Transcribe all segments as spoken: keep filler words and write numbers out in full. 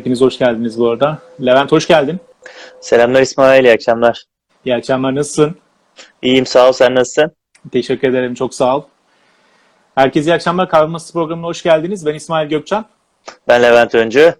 Hepiniz hoş geldiniz bu arada. Levent hoş geldin. Selamlar İsmail, iyi akşamlar. İyi akşamlar, nasılsın? İyiyim, sağ ol, sen nasılsın? Teşekkür ederim, çok sağ ol. Herkese iyi akşamlar. Kahve Masası programına hoş geldiniz. Ben İsmail Gökçen. Ben Levent Öncü.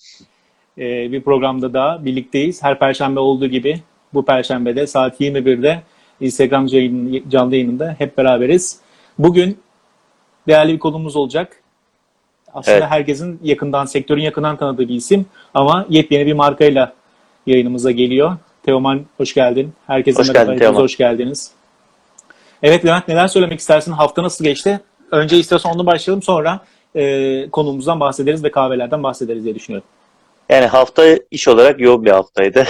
Ee, bir programda daha birlikteyiz. Her perşembe olduğu gibi bu perşembe de saat yirmi birde Instagram yayın, canlı yayınında hep beraberiz. Bugün değerli bir konumuz olacak. Aslında Evet. herkesin yakından, sektörün yakından tanıdığı bir isim ama yepyeni bir markayla yayınımıza geliyor. Teoman hoş geldin. Herkese Hoş merhaba, geldin hepiniz Teoman. hoş geldiniz. Evet Levent, neler söylemek istersin? Hafta nasıl geçti? Önce istiyorsan onu başlayalım, sonra e, konumuzdan bahsederiz ve kahvelerden bahsederiz diye düşünüyorum. Yani hafta iş olarak yoğun bir haftaydı.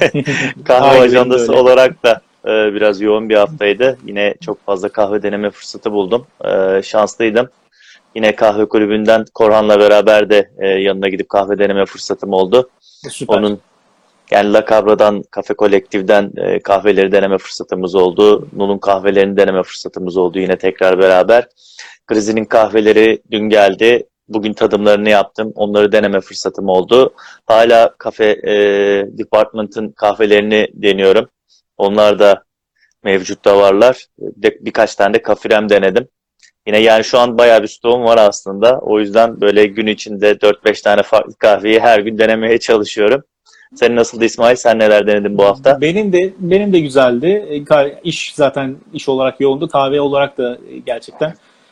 Kahve Aynı benim de ajandası öyle. olarak da e, biraz yoğun bir haftaydı. Yine çok fazla kahve deneme fırsatı buldum. E, şanslıydım. Yine kahve kulübünden Korhan'la beraber de e, yanına gidip kahve deneme fırsatım oldu. Süper. Onun yani La Cabra'dan, Kafe Kolektif'den e, kahveleri deneme fırsatımız oldu. Nul'un kahvelerini deneme fırsatımız oldu yine tekrar beraber. Grizzly'nin kahveleri dün geldi. Bugün tadımlarını yaptım. Onları deneme fırsatım oldu. Hala Kafe e, Department'ın kahvelerini deniyorum. Onlar da mevcutta varlar. Bir, birkaç tane de Kafirem denedim. Yine yani şu an bayağı bir stoğum var aslında. O yüzden böyle gün içinde dört beş tane farklı kahveyi her gün denemeye çalışıyorum. Senin nasıldı İsmail? Sen neler denedin bu hafta? Benim de benim de güzeldi. E, ka- İş zaten iş olarak yoğundu. Kahve olarak da e, gerçekten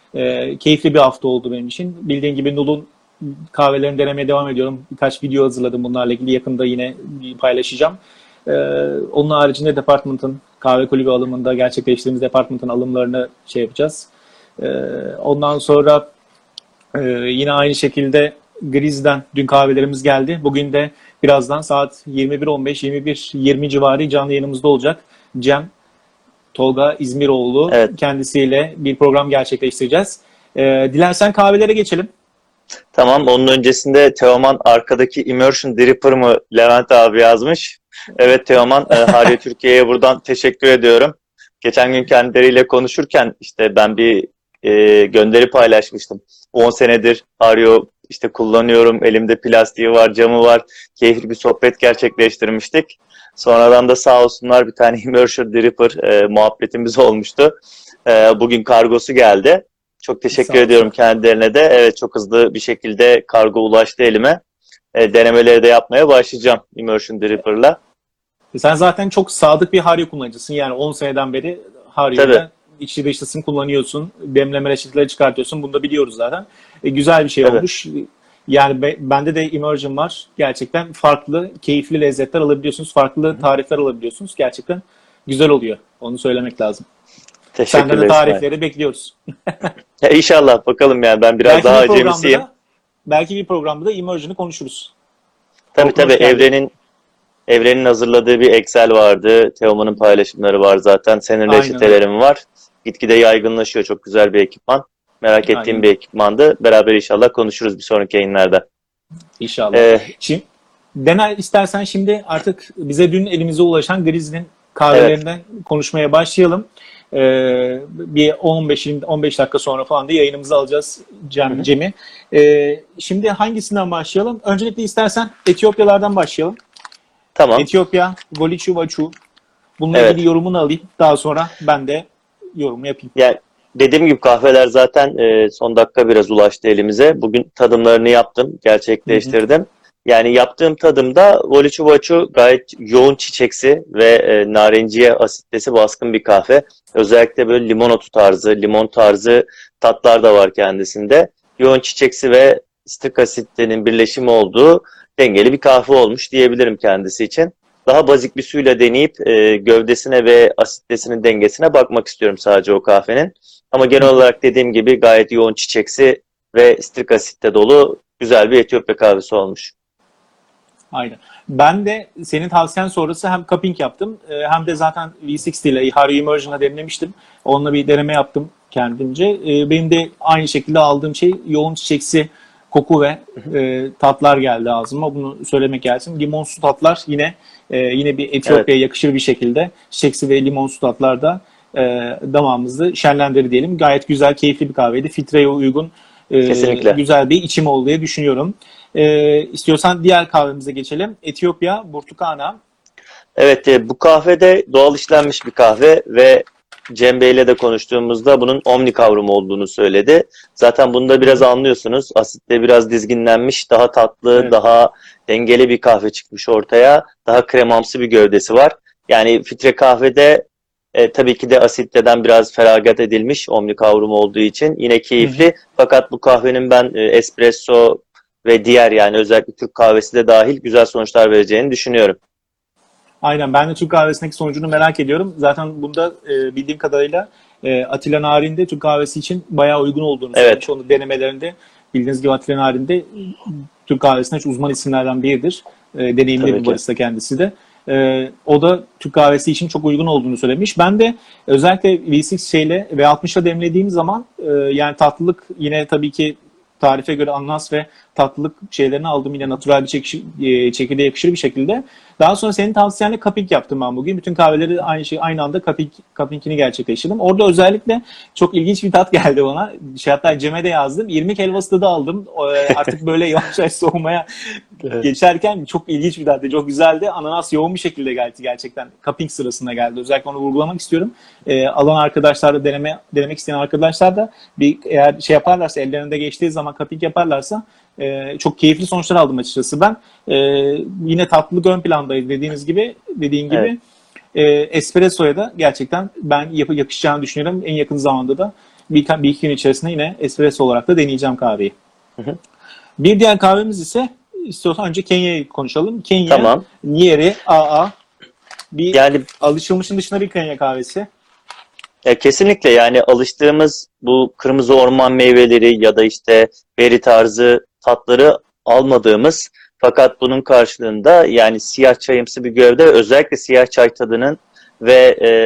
e, keyifli bir hafta oldu benim için. Bildiğin gibi Nul'un kahvelerini denemeye devam ediyorum. Birkaç video hazırladım bunlarla ilgili. Yakında yine bir paylaşacağım. E, onun haricinde Department'ın kahve kulübü alımında gerçekleştirdiğimiz Department'ın alımlarını şey yapacağız. E, ondan sonra Ee, yine aynı şekilde Griz'den dün kahvelerimiz geldi. Bugün de birazdan saat yirmi bir on beş yirmi bir yirmi civarı canlı yayınımızda olacak. Cem Tolga İzmiroğlu Evet. kendisiyle bir program gerçekleştireceğiz. Ee, dilersen kahvelere geçelim. Tamam, onun öncesinde Teoman arkadaki Immersion Dripper mı Levent abi yazmış. Evet Teoman, e, Harya Türkiye'ye buradan teşekkür ediyorum. Geçen gün kendileriyle konuşurken işte ben bir e, gönderi paylaşmıştım. on senedir Haryo işte kullanıyorum, elimde plastiği var, camı var. Keyifli bir sohbet gerçekleştirmiştik. Sonradan da sağ olsunlar bir tane Immersion Dripper e, muhabbetimiz olmuştu. E, bugün kargosu geldi. Çok teşekkür Sağ ediyorum olsun. kendilerine de. Evet, çok hızlı bir şekilde kargo ulaştı elime. E, denemeleri de yapmaya başlayacağım Immersion Dripper'la. Sen zaten çok sadık bir Hario kullanıcısın. Yani on seneden beri Tabii, Hario'da içli dışlısını kullanıyorsun. Demleme reçeteleri çıkartıyorsun. Bunu da biliyoruz zaten. E, güzel bir şey tabii. olmuş. Yani be- bende de Immersion var. Gerçekten farklı, keyifli lezzetler alabiliyorsunuz. Farklı tarifler alabiliyorsunuz. Gerçekten güzel oluyor. Onu söylemek lazım. Senden de Teşekkürler İsmail. tarifleri bekliyoruz. Ya inşallah bakalım yani ben biraz Belki daha bir programda acemisiyim. da belki bir programda da Immersion'ı konuşuruz. Tabii Orkun tabii hoş geldin. Evren'in Evren'in hazırladığı bir Excel vardı. Teoman'ın paylaşımları var zaten. Senin Aynen öyle. reçetelerin var. Gitgide yaygınlaşıyor. Çok güzel bir ekipman. Merak ettiğim Aynen. bir ekipmandı. Beraber inşallah konuşuruz bir sonraki yayınlarda. İnşallah. Ee, Şimdi Dene istersen şimdi artık bize dün elimize ulaşan Grizzly'nin evet. kahvelerinden konuşmaya başlayalım. Ee, bir on beş on beş dakika sonra falan da yayınımızı alacağız Cem, Hı hı. Cem'i. Ee, şimdi hangisinden başlayalım? Öncelikle istersen Etiyopyalardan başlayalım. Tamam. Etiyopya, Goliçu Vaçu. Bununla Evet. ilgili yorumunu alayım. Daha sonra ben de yorum yapayım. Yani dediğim gibi kahveler zaten e, son dakika biraz ulaştı elimize. Bugün tadımlarını yaptım, gerçekleştirdim. Yani yaptığım tadımda Voliçu Vaçu gayet yoğun çiçeksi ve e, narenciye asitlesi baskın bir kahve. Özellikle böyle limonotu tarzı, limon tarzı tatlar da var kendisinde. Yoğun çiçeksi ve strik asitlerin birleşimi olduğu dengeli bir kahve olmuş diyebilirim kendisi için. Daha bazik bir suyla deneyip e, gövdesine ve asitesinin dengesine bakmak istiyorum sadece o kahvenin. Ama genel olarak dediğim gibi gayet yoğun çiçeksi ve strik asitte dolu güzel bir Etiyopya kahvesi olmuş. Aynen. Ben de senin tavsiyen sonrası hem cupping yaptım e, hem de zaten V altmış ile Hario Immersion'la demlemiştim. Onunla bir deneme yaptım kendimce. E, Benim de aynı şekilde aldığım şey yoğun çiçeksi koku ve e, tatlar geldi ağzıma. Bunu söylemek lazım. Limonsu tatlar yine e, yine bir Etiyopya'ya yakışır bir şekilde çiçeksi ve limonsu tatlar da e, damağımızı şenlendir diyelim. Gayet güzel, keyifli bir kahveydi. Filtreye uygun e, Kesinlikle. güzel bir içim oldu diye düşünüyorum. E, istiyorsan diğer kahvemize geçelim. Etiyopya Burtukana. Evet, e, bu kahve de doğal işlenmiş bir kahve ve Cem Bey'le de konuştuğumuzda bunun omni kavramı olduğunu söyledi. Zaten bunu da biraz anlıyorsunuz. Asitte biraz dizginlenmiş, daha tatlı, Evet. daha dengeli bir kahve çıkmış ortaya. Daha kremamsı bir gövdesi var. Yani filtre kahvede e, tabii ki de asitteden biraz feragat edilmiş omni kavramı olduğu için yine keyifli. Hı hı. Fakat bu kahvenin ben e, espresso ve diğer yani özellikle Türk kahvesi de dahil güzel sonuçlar vereceğini düşünüyorum. Aynen, ben de Türk kahvesindeki sonucunu merak ediyorum. Zaten bunda e, bildiğim kadarıyla e, Atilla Narin de Türk kahvesi için bayağı uygun olduğunu Evet, söylemiş. Onun denemelerinde bildiğiniz gibi Atilla Narin de Türk kahvesinde uzman isimlerden biridir. E, deneyimli tabii bir ki. barista kendisi de. E, o da Türk kahvesi için çok uygun olduğunu söylemiş. Ben de özellikle V altı şeyle V altmışla demlediğim zaman e, yani tatlılık yine tabii ki tarife göre ananas ve tatlılık şeylerini aldım yine natural bir çekiş, e, çekirdeğe yakışır bir şekilde. Daha sonra senin tavsiyenle cupping yaptım ben bugün. Bütün kahveleri aynı şey aynı anda cupping, cupping'ini gerçekleştirdim. Orada özellikle çok ilginç bir tat geldi bana. Şey, hatta Cem'e de yazdım. irmik helvası tadı aldım. E, artık böyle yavaş yavaş soğumaya geçerken çok ilginç bir tadı. Çok güzeldi. Ananas yoğun bir şekilde geldi gerçekten. Cupping sırasında geldi. Özellikle onu vurgulamak istiyorum. E, alan arkadaşlar da deneme, denemek isteyen arkadaşlar da bir eğer şey yaparlarsa ellerinde geçtiği zaman cupping yaparlarsa e, çok keyifli sonuçlar aldım açıkçası ben. E, yine tatlılık ön plandaydı dediğiniz gibi. Dediğin Evet. gibi e, espressoya da gerçekten ben yap yakışacağını düşünüyorum. En yakın zamanda da bir, bir iki gün içerisinde yine espresso olarak da deneyeceğim kahveyi. Hı hı. Bir diğer kahvemiz ise istiyorsan önce Kenya'yı konuşalım. Kenya, Tamam. Nieri, A A. Bir Yani alışılmışın dışında bir Kenya kahvesi. e, kesinlikle yani alıştığımız bu kırmızı orman meyveleri ya da işte beri tarzı tatları almadığımız fakat bunun karşılığında yani siyah çayımsı bir gövde ve özellikle siyah çay tadının ve e,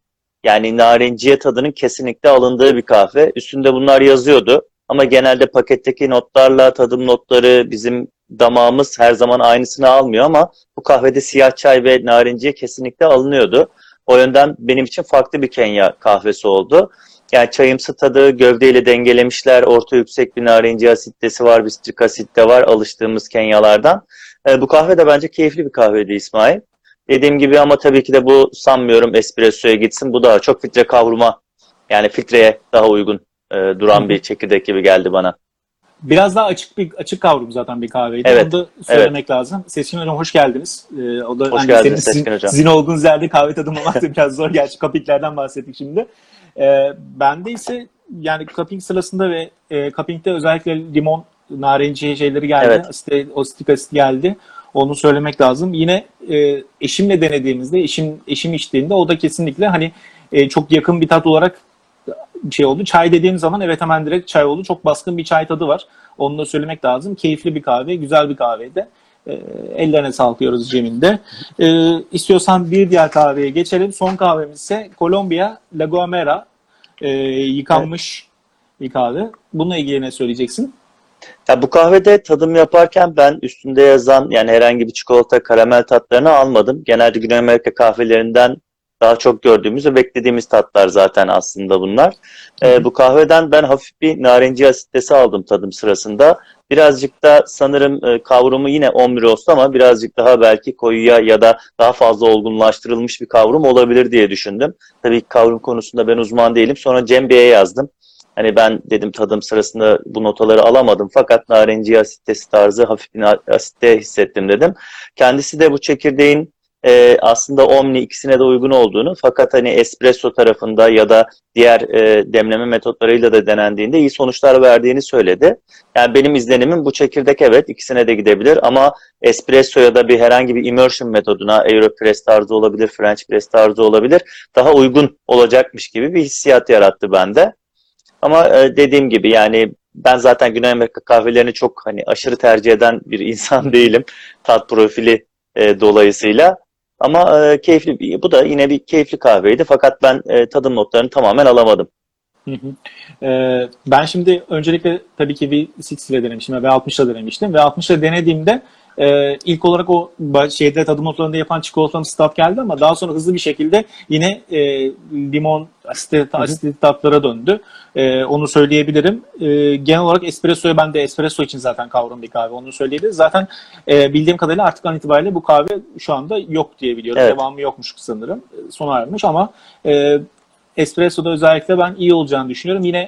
yani narenciye tadının kesinlikle alındığı bir kahve. Üstünde bunlar yazıyordu ama genelde paketteki notlarla tadım notları bizim damağımız her zaman aynısını almıyor ama bu kahvede siyah çay ve narenciye kesinlikle alınıyordu. O yönden benim için farklı bir Kenya kahvesi oldu. Yani çayımsı tadı gövdeyle dengelemişler. Orta yüksek bir narenciye asitesi var, bir strik asit de var alıştığımız Kenyalardan. E, bu kahve de bence keyifli bir kahveydi İsmail. Dediğim gibi ama tabii ki de bu sanmıyorum espressoya gitsin. Bu daha çok filtre kavruma yani filtreye daha uygun e, duran bir çekirdek gibi geldi bana. Biraz daha açık bir açık kavrum zaten bir kahveydi. Evet, Onu da söylemek lazım. Seçkin Hocam hoş geldiniz. Ee, o da hoş hani senin, geldiniz sizin, Seçkin Hocam. sizin olduğunuz yerde kahve tadımlamak da biraz zor. Gerçi cuppinglerden bahsettik şimdi. Ee, bende ise yani cupping sırasında ve e, cuppingde özellikle limon, narenciye şeyleri geldi. Evet. Asit, ositik asit geldi. Onu söylemek lazım. Yine e, eşimle denediğimizde, eşim eşim içtiğinde o da kesinlikle hani e, çok yakın bir tat olarak bir şey oldu. Çay dediğim zaman evet hemen direkt çay oldu. Çok baskın bir çay tadı var. Onu da söylemek lazım. Keyifli bir kahve, güzel bir kahveydi. E, ellerine sağlık diyoruz Cem'in de. E, istiyorsan bir diğer kahveye geçelim. Son kahvemiz ise Kolombiya La Gomera. E, yıkanmış bir kahve. Bununla ilgili ne söyleyeceksin? Ya bu kahvede tadım yaparken ben üstünde yazan yani herhangi bir çikolata, karamel tatlarını almadım. Genelde Güney Amerika kahvelerinden daha çok gördüğümüz ve beklediğimiz tatlar zaten aslında bunlar. Ee, bu kahveden ben hafif bir narenciye asitesi aldım tadım sırasında. Birazcık da sanırım e, kavrumu yine omri olsun ama birazcık daha belki koyuya ya da daha fazla olgunlaştırılmış bir kavrum olabilir diye düşündüm. Tabii ki kavrum konusunda ben uzman değilim. Sonra Cem Bey'e yazdım. Hani ben dedim tadım sırasında bu notaları alamadım fakat narenciye asitesi tarzı hafif bir asitte hissettim dedim. Kendisi de bu çekirdeğin e, aslında omni ikisine de uygun olduğunu fakat hani espresso tarafında ya da diğer e, demleme metotlarıyla da denendiğinde iyi sonuçlar verdiğini söyledi. Yani benim izlenimim bu çekirdek evet ikisine de gidebilir ama espresso ya da bir herhangi bir immersion metoduna Aeropress tarzı olabilir, French press tarzı olabilir daha uygun olacakmış gibi bir hissiyat yarattı bende. Ama e, dediğim gibi yani ben zaten Güney Amerika kahvelerini çok hani aşırı tercih eden bir insan değilim. Tat profili e, dolayısıyla. Ama e, keyifli bir, bu da yine bir keyifli kahveydi. Fakat ben e, tadım notlarını tamamen alamadım. Hı hı. Ee, ben şimdi öncelikle tabii ki V altı ile denemiştim ve V altmış ile denemiştim. V altmış ile denediğimde Ee, ilk olarak o şeyde tadım notlarında yapan çikolatalı tat geldi ama daha sonra hızlı bir şekilde yine e, limon asitli, asitli tatlara döndü. E, onu söyleyebilirim. E, genel olarak espressoya ben de espresso için zaten kavrum bir kahve. Onu söyleyebiliriz. Zaten e, bildiğim kadarıyla artık an itibariyle bu kahve şu anda yok diye biliyorum. Evet. Devamı yokmuş sanırım. Sona ermiş ama e, espressoda özellikle ben iyi olacağını düşünüyorum. Yine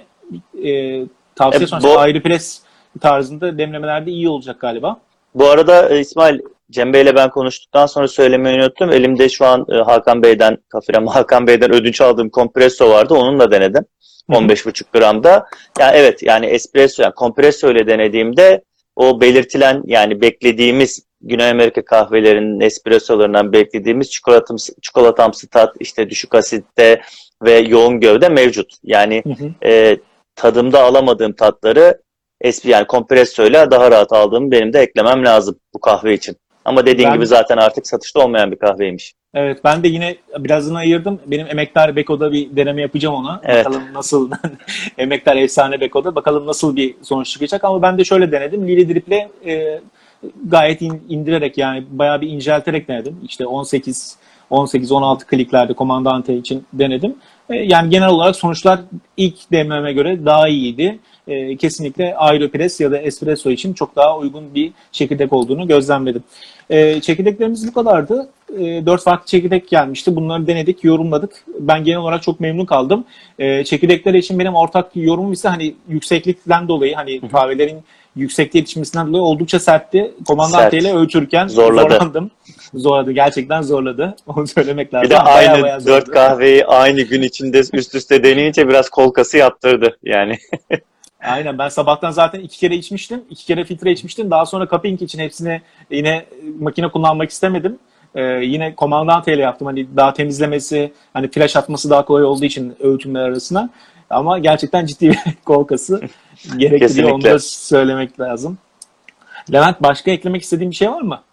e, tavsiye E, sonrası bu- Aeropress tarzında demlemelerde iyi olacak galiba. Bu arada e, İsmail, Cem Bey'le ben konuştuktan sonra söylemeyi unuttum. Elimde şu an e, Hakan Bey'den, Kafirem Hakan Bey'den ödünç aldığım kompresso vardı. Onunla denedim. on beş buçuk gramda. Yani evet, yani espresso, yani kompresso ile denediğimde o belirtilen, yani beklediğimiz Güney Amerika kahvelerinin espressolarından beklediğimiz çikolatamsı, çikolatamsı tat, işte düşük asitte ve yoğun gövde mevcut. Yani Hı hı. e, tadımda alamadığım tatları espri yani kompressoyla daha rahat aldığımı benim de eklemem lazım bu kahve için. Ama dediğin Ben- gibi zaten artık satışta olmayan bir kahveymiş. Evet, ben de yine birazını ayırdım. Benim Emektar Beko'da bir deneme yapacağım ona. Evet. Bakalım nasıl Emektar Efsane Beko'da bakalım nasıl bir sonuç çıkacak. Ama ben de şöyle denedim. Lili Drip'le e, gayet in- indirerek yani bayağı bir incelterek denedim. İşte on sekiz on sekiz on altı kliklerde Comandante için denedim. E, yani genel olarak sonuçlar ilk demleme göre daha iyiydi. E, kesinlikle Aeropress ya da Espresso için çok daha uygun bir çekirdek olduğunu gözlemledim. E, çekirdeklerimiz bu kadardı. E, dört farklı çekirdek gelmişti. Bunları denedik, yorumladık. Ben genel olarak çok memnun kaldım. E, çekirdekler için benim ortak yorumum ise hani yükseklikten dolayı hani kahvelerin yüksekliğe yetişmesinden dolayı oldukça sertti. Komandante ile ölçürken Zorladı. zorlandım. Zorladı. Gerçekten zorladı. Onu söylemek lazım. Bir de Ama bayağı aynı bayağı dört zorladı. kahveyi aynı gün içinde üst üste deneyince biraz kol kası yaptırdı yani. Aynen, ben sabahtan zaten iki kere içmiştim. iki kere filtre içmiştim. Daha sonra cupping için hepsini yine makine kullanmak istemedim. Ee, yine Comandante ile yaptım. Hani daha temizlemesi, hani flash atması daha kolay olduğu için ölçümler arasına. Ama gerçekten ciddi bir kol kası gerekli diye onu Kesinlikle. da söylemek lazım. Levent, başka eklemek istediğin bir şey var mı?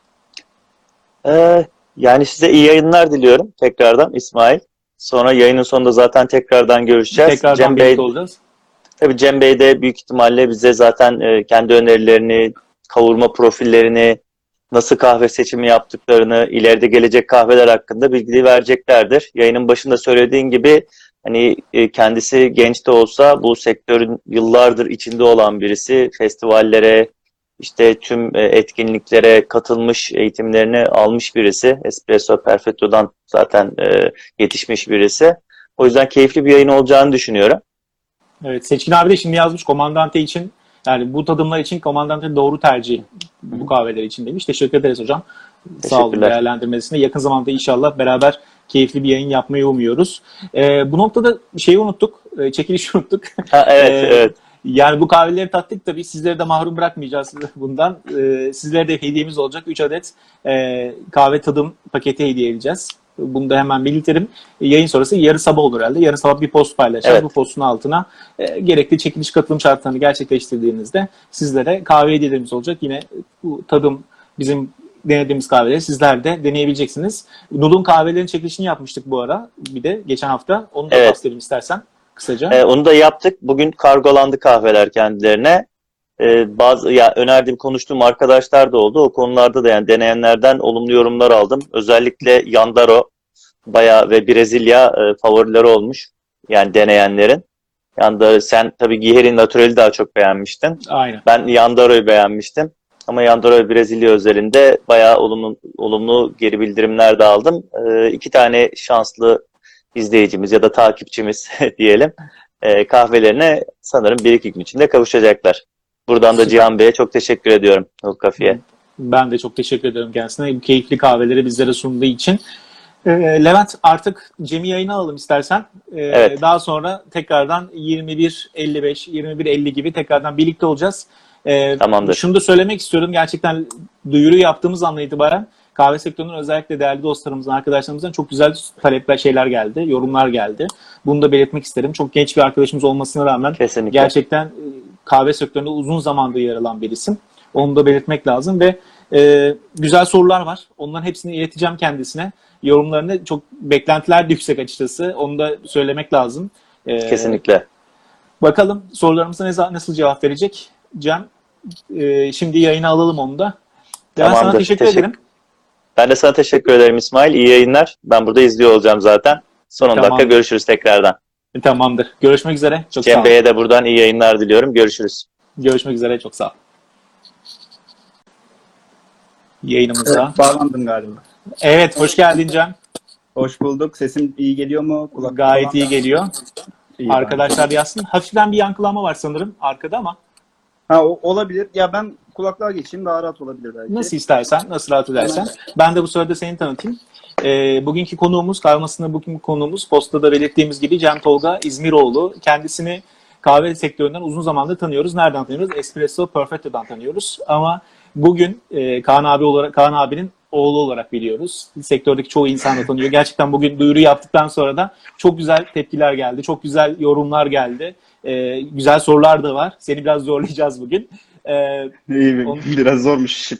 Ee, yani size iyi yayınlar diliyorum tekrardan İsmail. Sonra yayının sonunda zaten tekrardan görüşeceğiz. Tekrardan Cem Bey, birlikte olacağız. tabii Cem Bey de büyük ihtimalle bize zaten e, kendi önerilerini, kavurma profillerini, nasıl kahve seçimi yaptıklarını, ileride gelecek kahveler hakkında bilgi vereceklerdir. Yayının başında söylediğin gibi hani e, kendisi genç de olsa bu sektörün yıllardır içinde olan birisi, festivallere, işte tüm e, etkinliklere katılmış, eğitimlerini almış birisi. Espresso Perfetto'dan zaten e, yetişmiş birisi. O yüzden keyifli bir yayın olacağını düşünüyorum. Evet, Seçkin abi de şimdi yazmış Komandante için, yani bu tadımlar için Komandante doğru tercih bu kahveler için demiş. Teşekkür ederiz hocam. Sağ olun Teşekkürler. değerlendirmesine. Yakın zamanda inşallah beraber keyifli bir yayın yapmayı umuyoruz. Ee, bu noktada şeyi unuttuk, e, çekilişi unuttuk. Ha, evet, Ee, evet. Yani bu kahveleri tattık tabii. Sizleri de mahrum bırakmayacağız bundan. Ee, sizlere de hediyemiz olacak. üç adet e, kahve tadım paketi hediye edeceğiz. Bunu da hemen belirtelim. Yayın sonrası yarın sabah olur herhalde. Yarın sabah bir post paylaşacağız. Evet. Bu postun altına e, gerekli çekiliş katılım şartlarını gerçekleştirdiğinizde sizlere kahve hediyelerimiz olacak. Yine bu tadım bizim denediğimiz kahveleri sizler de deneyebileceksiniz. Nul'un kahvelerin çekilişini yapmıştık bu ara. Bir de geçen hafta. Onu da Evet. bahsedelim istersen kısaca. Ee, onu da yaptık. Bugün kargolandı kahveler kendilerine. Ee, bazı ya önerdiğim, konuştuğum arkadaşlar da oldu. O konularda da yani deneyenlerden olumlu yorumlar aldım. Özellikle Yandaro bayağı ve Brezilya e, favorileri olmuş. Yani deneyenlerin. Yandaro, sen tabii Giher'in Naturel'i daha çok beğenmiştin. Aynen. Ben Yandaro'yu beğenmiştim. Ama Yandaro ve Brezilya özelinde bayağı olumlu olumlu geri bildirimler de aldım. Ee, iki tane şanslı izleyicimiz ya da takipçimiz diyelim e, kahvelerine sanırım bir iki gün içinde kavuşacaklar. Buradan da Süper. Cihan Bey'e çok teşekkür ediyorum. Nul Kafi'ye. Ben de çok teşekkür ederim kendisine. Bu keyifli kahveleri bizlere sunduğu için. Ee, Levent, artık Cem'i yayına alalım istersen. Ee, Evet. Daha sonra tekrardan yirmi bir elli beş, yirmi bir elli gibi tekrardan birlikte olacağız. Ee, Tamamdır. Şunu da söylemek istiyorum. Gerçekten duyuru yaptığımız andan itibaren kahve sektörünün özellikle değerli dostlarımızdan, arkadaşlarımızdan çok güzel talepler, şeyler geldi, yorumlar geldi. Bunu da belirtmek isterim. Çok genç bir arkadaşımız olmasına rağmen Kesinlikle. gerçekten e, kahve sektöründe uzun zamandır yer alan bir isim. Onu da belirtmek lazım ve e, güzel sorular var. Onların hepsini ileteceğim kendisine. Yorumlarını çok, beklentiler de yüksek açıkçası. Onu da söylemek lazım. E, Kesinlikle. Bakalım sorularımıza ne, nasıl cevap verecek Cem. E, şimdi yayına alalım onu da. Ben sana Tamamdır. teşekkür Teşekkür. ederim. Ben de sana teşekkür ederim İsmail. İyi yayınlar. Ben burada izliyor olacağım zaten. Son on dakika Tamam. görüşürüz tekrardan. Tamamdır. Görüşmek üzere. Çok sağ Cem ol. Bey'e de buradan iyi yayınlar diliyorum. Görüşürüz. Görüşmek üzere. Çok sağ ol. Evet, Yayınımıza. bağlandım galiba. Evet, hoş geldin Cem. Hoş bulduk. Sesim iyi geliyor mu? Kulak Gayet falan iyi da- geliyor. İyi, Arkadaşlar yazsın. Hafiften bir yankılanma var sanırım arkada ama Ha, o, olabilir. Ya ben kulaklığa geçeyim, daha rahat olabilir belki. nasıl istersen, nasıl rahat edersen. Ben de bu sırada seni tanıtayım. Ee, bugünkü konuğumuz, karmasında bugünkü konuğumuz postada belirttiğimiz gibi Cem Tolga İzmiroğlu. Kendisini kahve sektöründen uzun zamandır tanıyoruz. Nereden tanıyoruz? Espresso Perfetto'dan tanıyoruz. Ama bugün e, Kaan abi olarak, Kaan abinin oğlu olarak biliyoruz. Sektördeki çoğu insan da tanıyor. Gerçekten bugün duyuru yaptıktan sonra da çok güzel tepkiler geldi. Çok güzel yorumlar geldi. Ee, güzel sorular da var. Seni biraz zorlayacağız bugün. Ee, İyi mi? Onu- Biraz zormuş işim.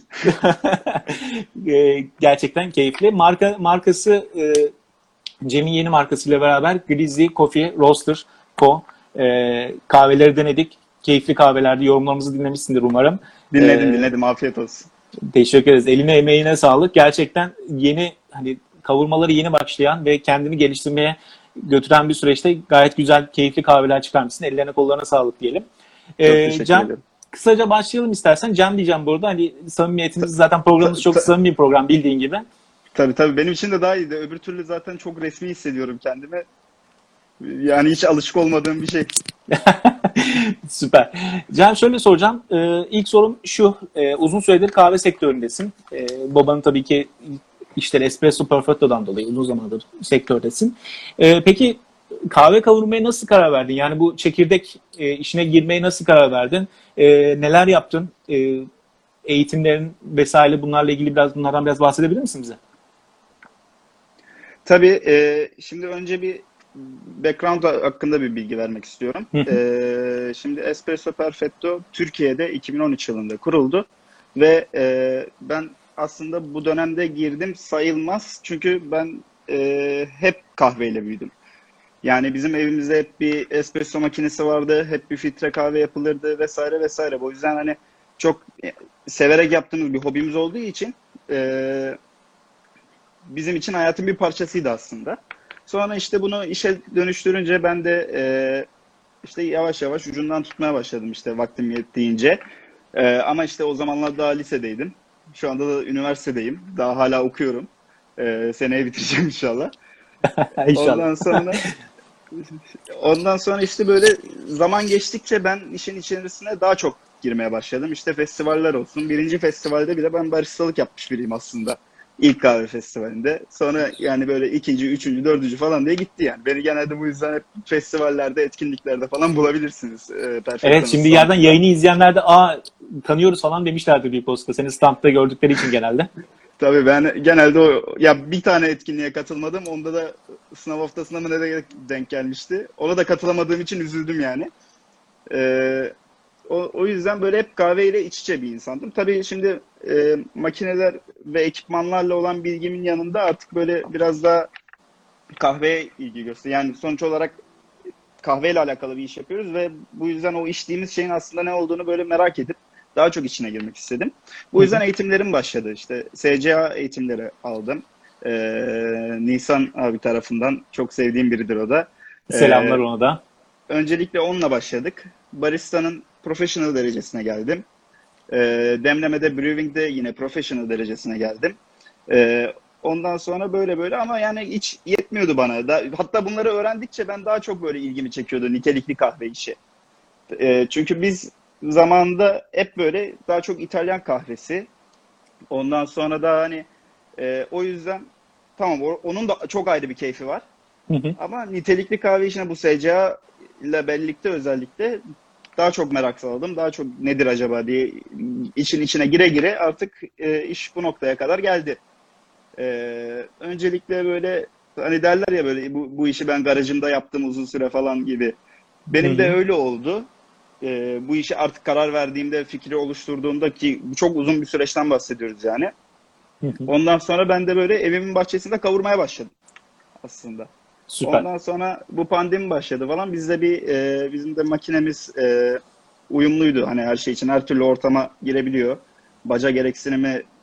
Ee, gerçekten keyifli. Marka markası e, Cem'in yeni markasıyla beraber Grizzly Coffee Roaster Co. Ee, kahveleri denedik. Keyifli kahvelerdi. Yorumlarımızı dinlemişsindir umarım. Dinledim Ee, dinledim. Afiyet olsun. Teşekkür ederiz. Eline emeğine sağlık. Gerçekten yeni hani kavurmaları yeni başlayan ve kendini geliştirmeye götüren bir süreçte gayet güzel, keyifli kahveler çıkarmışsın. Ellerine kollarına sağlık diyelim. Çok Ee, teşekkür Cem, ederim. kısaca başlayalım istersen. Cem diyeceğim burada. Hani samimiyetimiz zaten programımız çok Ta- ta- samimi bir program bildiğin gibi. Tabii tabii. Benim için de daha iyiydi. Öbür türlü zaten çok resmi hissediyorum kendimi. Yani hiç alışık olmadığım bir şey. Süper. Cem şöyle soracağım. Ee, ilk sorum şu. Ee, uzun süredir kahve sektöründesin. Ee, babanın tabii ki işleri Espresso Perfetto'dan dolayı uzun zamandır sektördesin. Ee, peki kahve kavurmaya nasıl karar verdin? Yani bu çekirdek e, işine girmeye nasıl karar verdin? Ee, neler yaptın? Ee, eğitimlerin vesaire bunlarla ilgili biraz bunlardan biraz bahsedebilir misin bize? Tabii e, şimdi önce bir background hakkında bir bilgi vermek istiyorum. Hı hı. E, şimdi Espresso Perfetto Türkiye'de iki bin on üç yılında kuruldu ve e, ben aslında bu dönemde girdim sayılmaz çünkü ben e, hep kahveyle büyüdüm. Yani bizim evimizde hep bir espresso makinesi vardı, hep bir filtre kahve yapılırdı vesaire vesaire. O yüzden hani çok severek yaptığımız bir hobimiz olduğu için e, bizim için hayatın bir parçasıydı aslında. Sonra işte bunu işe dönüştürünce ben de e, işte yavaş yavaş ucundan tutmaya başladım işte vaktim yettiğince. E, ama işte o zamanlar daha lisedeydim. Şu anda da üniversitedeyim. Daha hala okuyorum. E, seneye bitireceğim inşallah. İnşallah. Ondan sonra ondan sonra işte böyle zaman geçtikçe ben işin içerisine daha çok girmeye başladım. İşte festivaller olsun. Birinci festivalde bile ben baristalık yapmış biriyim aslında. İlk kahve festivalinde. Sonra yani böyle ikinci, üçüncü, dördüncü falan diye gitti yani. Beni genelde bu yüzden hep festivallerde, etkinliklerde falan bulabilirsiniz. E, Perfecto'nun Evet, şimdi yerden standında. yayını izleyenler de aa tanıyoruz falan demişlerdir bir posta. Seni standta gördükleri için genelde. Tabii ben genelde o ya bir tane etkinliğe katılmadım. Onda da sınav haftasına mı ne denk gelmişti. Ona da katılamadığım için üzüldüm yani. Ee, o, o yüzden böyle hep kahveyle iç içe bir insandım. Tabii şimdi e, makineler ve ekipmanlarla olan bilgimin yanında artık böyle biraz daha kahveye ilgi göster. Yani sonuç olarak kahveyle alakalı bir iş yapıyoruz ve bu yüzden o içtiğimiz şeyin aslında ne olduğunu böyle merak edip daha çok içine girmek istedim. Bu yüzden eğitimlerim başladı. İşte S C A eğitimleri aldım. Ee, Nisan abi tarafından çok sevdiğim biridir o da. Ee, Selamlar ona da. Öncelikle onunla başladık. Barista'nın professional derecesine geldim. Ee, demlemede, brewing'de yine professional derecesine geldim. Ee, ondan sonra böyle böyle ama yani hiç yetmiyordu bana. Da, hatta bunları öğrendikçe ben daha çok böyle ilgimi çekiyordu nitelikli kahve işi. Ee, çünkü biz zamanında hep böyle daha çok İtalyan kahvesi. Ondan sonra da hani e, o yüzden tamam o- onun da çok ayrı bir keyfi var. Hı hı. Ama nitelikli kahve işine bu S C A ile birlikte özellikle daha çok merak saldım. Daha çok nedir acaba diye için içine gire gire artık e, iş bu noktaya kadar geldi. E, öncelikle böyle hani derler ya böyle bu, bu işi ben garajımda yaptım uzun süre falan gibi. Benim Hı hı. de öyle oldu. E, bu işi artık karar verdiğimde, fikri oluşturduğumda ki çok uzun bir süreçten bahsediyoruz yani. Hı hı. Ondan sonra ben de böyle evimin bahçesinde kavurmaya başladım aslında. Süper. Ondan sonra bu pandemi başladı falan. Bizde bir e, bizim de makinemiz e, uyumluydu. Hani her şey için her türlü ortama girebiliyor. Baca gereksinimi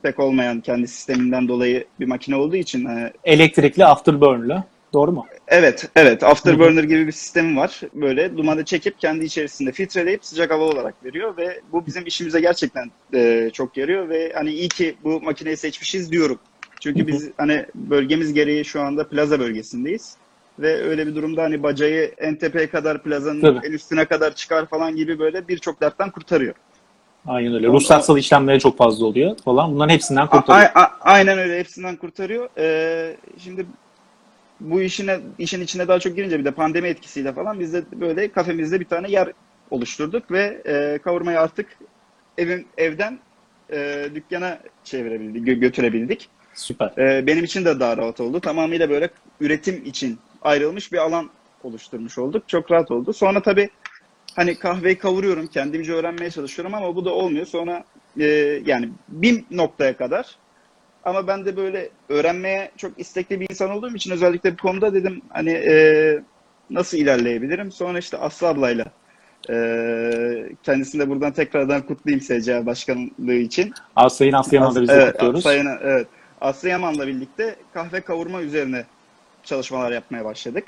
pek olmayan kendi sisteminden dolayı bir makine olduğu için hani Elektrikli afterburn'lu. Doğru mu? evet, evet. Hı hı. Afterburner gibi bir sistemi var. Böyle dumanı çekip kendi içerisinde filtreleyip sıcak hava olarak veriyor ve bu bizim işimize gerçekten e, çok yarıyor ve hani iyi ki bu makineyi seçmişiz diyorum. Hı Çünkü hı. biz hani bölgemiz gereği şu anda plaza bölgesindeyiz. Ve öyle bir durumda hani bacayı en tepeye kadar, plazanın Tabii. en üstüne kadar çıkar falan gibi böyle birçok dertten kurtarıyor. Aynen öyle. On, o, Ruhsatsal işlemleri çok fazla oluyor falan. Bunların hepsinden a- kurtarıyor. a- a- aynen öyle, hepsinden kurtarıyor. Ee, şimdi bu işine işin içine daha çok girince bir de pandemi etkisiyle falan biz de böyle kafemizde bir tane yer oluşturduk ve e, kavurmayı artık evin evden e, dükkana çevirebildik, gö- götürebildik. Süper. E, benim için de daha rahat oldu. Tamamıyla böyle üretim için ayrılmış bir alan oluşturmuş olduk. Çok rahat oldu. Sonra tabii hani kahveyi kavuruyorum, kendimce öğrenmeye çalışıyorum ama bu da olmuyor. Sonra e, yani bir noktaya kadar, ama ben de böyle öğrenmeye çok istekli bir insan olduğum için özellikle bu konuda dedim hani e, nasıl ilerleyebilirim? Sonra işte Aslı ablayla e, kendisini de buradan tekrardan kutlayayım S C A başkanlığı için. Aslı Aslıyan'ı As, da biz de evet, kutluyoruz. Sayın evet. Aslı Yaman'la birlikte kahve kavurma üzerine çalışmalar yapmaya başladık.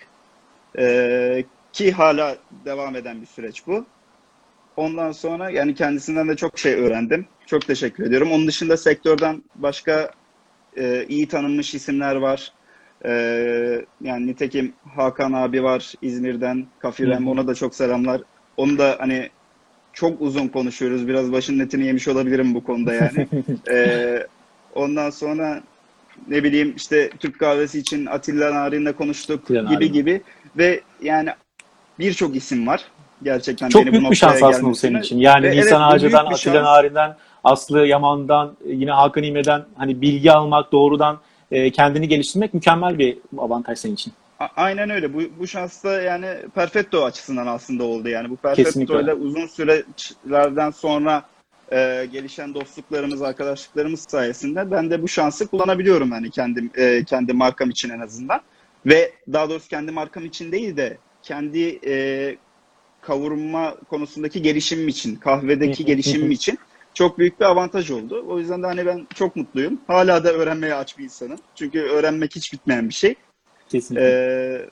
E, ki hala devam eden bir süreç bu. Ondan sonra yani kendisinden de çok şey öğrendim. Çok teşekkür ediyorum. Onun dışında sektörden başka e, iyi tanınmış isimler var. E, yani nitekim Hakan abi var İzmir'den, Hı Kafirem, hı. ona da çok selamlar. Onu da hani çok uzun konuşuyoruz. Biraz başının etini yemiş olabilirim bu konuda yani. E, ondan sonra ne bileyim işte Türk kahvesi için Atilla Narin'le konuştuk Dilan gibi Narin. gibi ve yani birçok isim var. Gerçekten Çok beni bu büyük bir noktaya şans aslında bu senin gelmesine. için. Yani Ve Nisan evet, bu Ağacı'dan, büyük bir Atilla şans. Narin'den, Aslı Yaman'dan, yine Hakan İğme'den hani bilgi almak, doğrudan e, kendini geliştirmek mükemmel bir avantaj senin için. A- Aynen öyle. Bu, bu şans da yani Perfetto açısından aslında oldu. Yani bu Kesinlikle Perfetto öyle. ile uzun süreçlerden sonra e, gelişen dostluklarımız, arkadaşlıklarımız sayesinde ben de bu şansı kullanabiliyorum yani kendim e, kendi markam için en azından. Ve daha doğrusu kendi markam için değil de kendi e, kavurma konusundaki gelişimim için, Hı kahvedeki hı, hı gelişimim hı. için çok büyük bir avantaj oldu. O yüzden de hani ben çok mutluyum. Hala da öğrenmeye aç bir insanım. Çünkü öğrenmek hiç bitmeyen bir şey. Kesinlikle. Ee,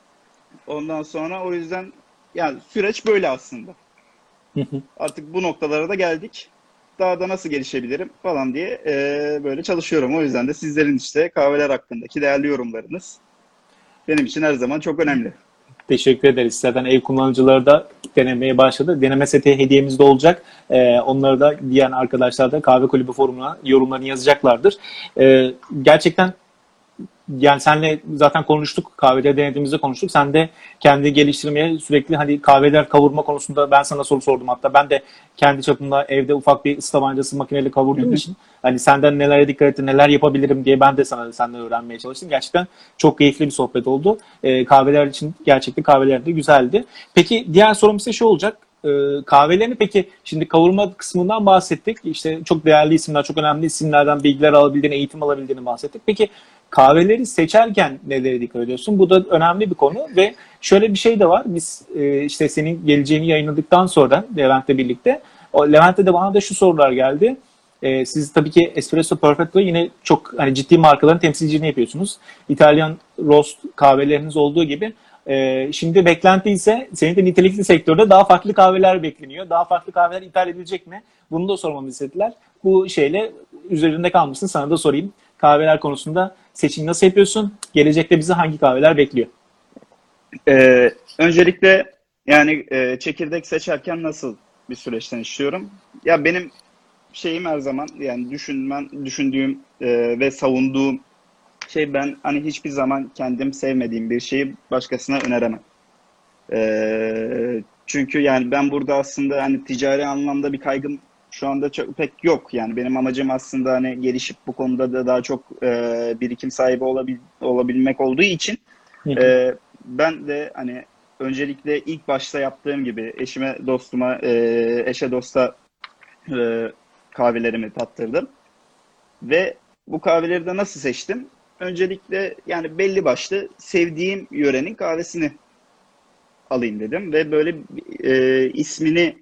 ondan sonra o yüzden yani süreç böyle aslında. Hı hı. Artık bu noktalara da geldik. Daha da nasıl gelişebilirim falan diye e, böyle çalışıyorum. O yüzden de sizlerin işte kahveler hakkındaki değerli yorumlarınız benim için her zaman çok önemli. Teşekkür ederiz. Zaten ev kullanıcıları da denemeye başladı. Deneme seti hediyemiz de olacak. Ee, onları da diyen arkadaşlar da Kahve Kulübü forumuna yorumlarını yazacaklardır. Ee, gerçekten yani senle zaten konuştuk. Kahvede denediğimizde konuştuk. Sen de kendi geliştirmeye sürekli hani kahveler kavurma konusunda ben sana soru sordum. Hatta ben de kendi çapımda evde ufak bir ıslamancası makineyle Hı kavurduğum hı. için hani senden nelere dikkat ettin, neler yapabilirim diye ben de sana senden öğrenmeye çalıştım. Gerçekten çok keyifli bir sohbet oldu. Ee, kahveler için gerçekten kahveler de güzeldi. Peki diğer sorum ise şu olacak. Ee, kahvelerini peki şimdi kavurma kısmından bahsettik. İşte çok değerli isimler, çok önemli isimlerden bilgiler alabildiğini, eğitim alabildiğini bahsettik. Peki kahveleri seçerken nelere dikkat ediyorsun? Bu da önemli bir konu ve şöyle bir şey de var. Biz e, işte senin geleceğini yayınladıktan sonra Levent'le birlikte o Levent'te de bana da şu sorular geldi. E, siz tabii ki Espresso Perfetto yine çok hani ciddi markaların temsilciliğini yapıyorsunuz. İtalyan roast kahveleriniz olduğu gibi e, şimdi beklenti ise senin de nitelikli sektörde daha farklı kahveler bekleniyor. Daha farklı kahveler ithal edilecek mi? Bunu da sormamı istediler. Bu şeyle üzerinde kalmışsın. Sana da sorayım. Kahveler konusunda seçim nasıl yapıyorsun? Gelecekte bizi hangi kahveler bekliyor? Ee, öncelikle yani e, çekirdek seçerken nasıl bir süreçten işliyorum? Ya benim şeyim her zaman yani düşünmem, düşündüğüm e, ve savunduğum şey, ben hani hiçbir zaman kendim sevmediğim bir şeyi başkasına öneremem. Ee, çünkü yani ben burada aslında hani ticari anlamda bir kaygım şu anda çok pek yok. Yani benim amacım aslında hani gelişip bu konuda da daha çok e, birikim sahibi olabil, olabilmek olduğu için Hı hı. e, ben de hani öncelikle ilk başta yaptığım gibi eşime, dostuma, e, eşe dosta e, kahvelerimi tattırdım. Ve bu kahveleri de nasıl seçtim? Öncelikle yani belli başlı sevdiğim yörenin kahvesini alayım dedim ve böyle e, ismini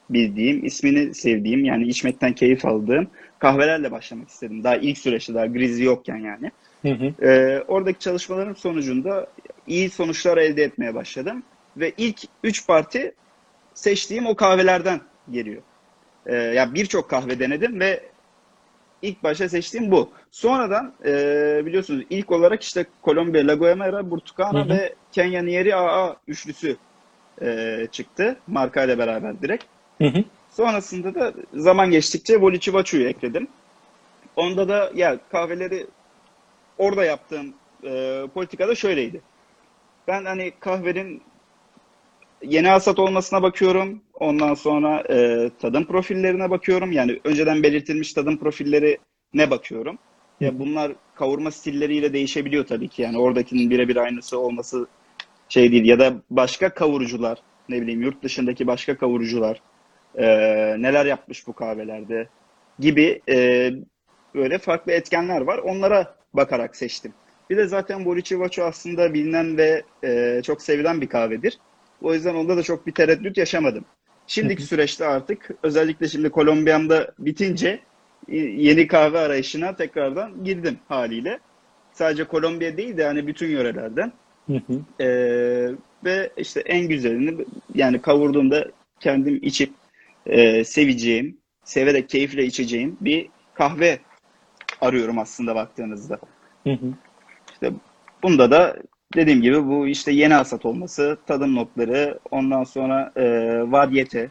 bildiğim, ismini sevdiğim, yani içmekten keyif aldığım kahvelerle başlamak istedim. Daha ilk süreçte, daha Grizzly yokken yani. Hı hı. Ee, oradaki çalışmalarım sonucunda iyi sonuçlar elde etmeye başladım. Ve ilk üç parti seçtiğim o kahvelerden geliyor. Ee, ya birçok kahve denedim ve ilk başta seçtiğim bu. Sonradan e, biliyorsunuz ilk olarak işte Kolombiya, La Guayamera, Burtukana Hı hı. ve Kenya Nieri A A üçlüsü e, çıktı. Markayla beraber direkt. Hı hı. Sonrasında da zaman geçtikçe Volichivachu'yu ekledim. Onda da ya kahveleri orada yaptığım e, politikada şöyleydi. Ben hani kahvenin yeni hasat olmasına bakıyorum. Ondan sonra e, tadım profillerine bakıyorum. Yani önceden belirtilmiş tadım profilleri ne bakıyorum. Ya bunlar kavurma stilleriyle değişebiliyor tabii ki. Yani oradakinin birebir aynısı olması şey değil. Ya da başka kavurucular, ne bileyim yurt dışındaki başka kavurucular e, neler yapmış bu kahvelerde gibi e, böyle farklı etkenler var. Onlara bakarak seçtim. Bir de zaten Bolichivacho aslında bilinen ve e, çok sevilen bir kahvedir. O yüzden onda da çok bir tereddüt yaşamadım. Şimdiki süreçte artık özellikle şimdi Kolombiyamda bitince e, yeni kahve arayışına tekrardan girdim haliyle. Sadece Kolombiya değil de hani bütün yörelerden. Hı hı. E, ve işte en güzelini yani kavurduğumda kendim içip e, seveceğim, severek keyifle içeceğim bir kahve arıyorum aslında baktığınızda. Hı hı. İşte bunda da dediğim gibi bu işte yeni hasat olması, tadım notları, ondan sonra e, varyete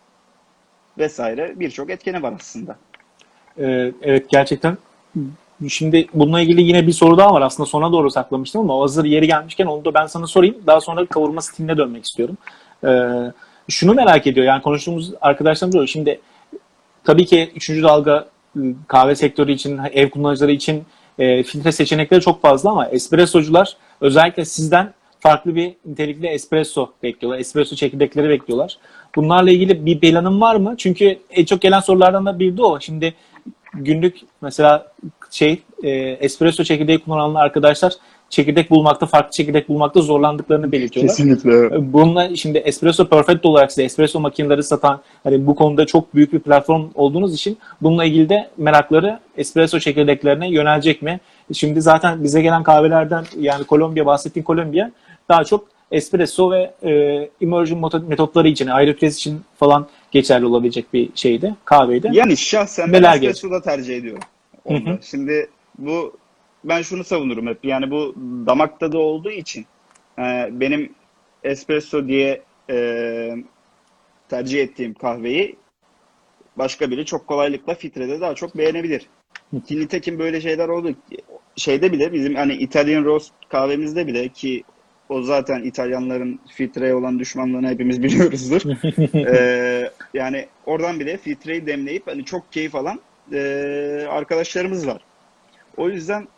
vesaire birçok etkeni var aslında. Ee, evet gerçekten. Şimdi bununla ilgili yine bir soru daha var. Aslında sona doğru saklamıştım ama hazır yeri gelmişken onu da ben sana sorayım. Daha sonra kavurma stiline dönmek istiyorum. Ee, şunu merak ediyor. Yani konuştuğumuz arkadaşlarımız öyle. Şimdi tabii ki üçüncü dalga kahve sektörü için, ev kullanıcıları için e, filtre seçenekleri çok fazla ama espressocular özellikle sizden farklı bir nitelikli espresso bekliyorlar. Espresso çekirdekleri bekliyorlar. Bunlarla ilgili bir planın var mı? Çünkü en çok gelen sorulardan da biri de o. Şimdi günlük mesela şey e, espresso çekirdeği kullanan arkadaşlar çekirdek bulmakta, farklı çekirdek bulmakta zorlandıklarını belirtiyorlar. Kesinlikle. Bununla şimdi Espresso Perfecto olarak size espresso makineleri satan hani bu konuda çok büyük bir platform olduğunuz için bununla ilgili de merakları espresso çekirdeklerine yönelecek mi? Şimdi zaten bize gelen kahvelerden yani Kolombiya bahsettiğim Kolombiya daha çok espresso ve e, immersion metotları için, aeropress için falan geçerli olabilecek bir şeydi, kahveydi. Yani şahsen ben Neler espresso'da tercih ediyorum. Onda. Hı hı. Şimdi bu ben şunu savunurum hep. Yani bu damak tadı olduğu için e, benim espresso diye e, tercih ettiğim kahveyi başka biri çok kolaylıkla filtrede daha çok beğenebilir. Ki nitekim böyle şeyler oldu. Şeyde bile bizim hani Italian Roast kahvemizde bile ki o zaten İtalyanların filtreye olan düşmanlığını hepimiz biliyoruzdur. ee, yani oradan bile filtreyi demleyip hani çok keyif alan e, arkadaşlarımız var. O yüzden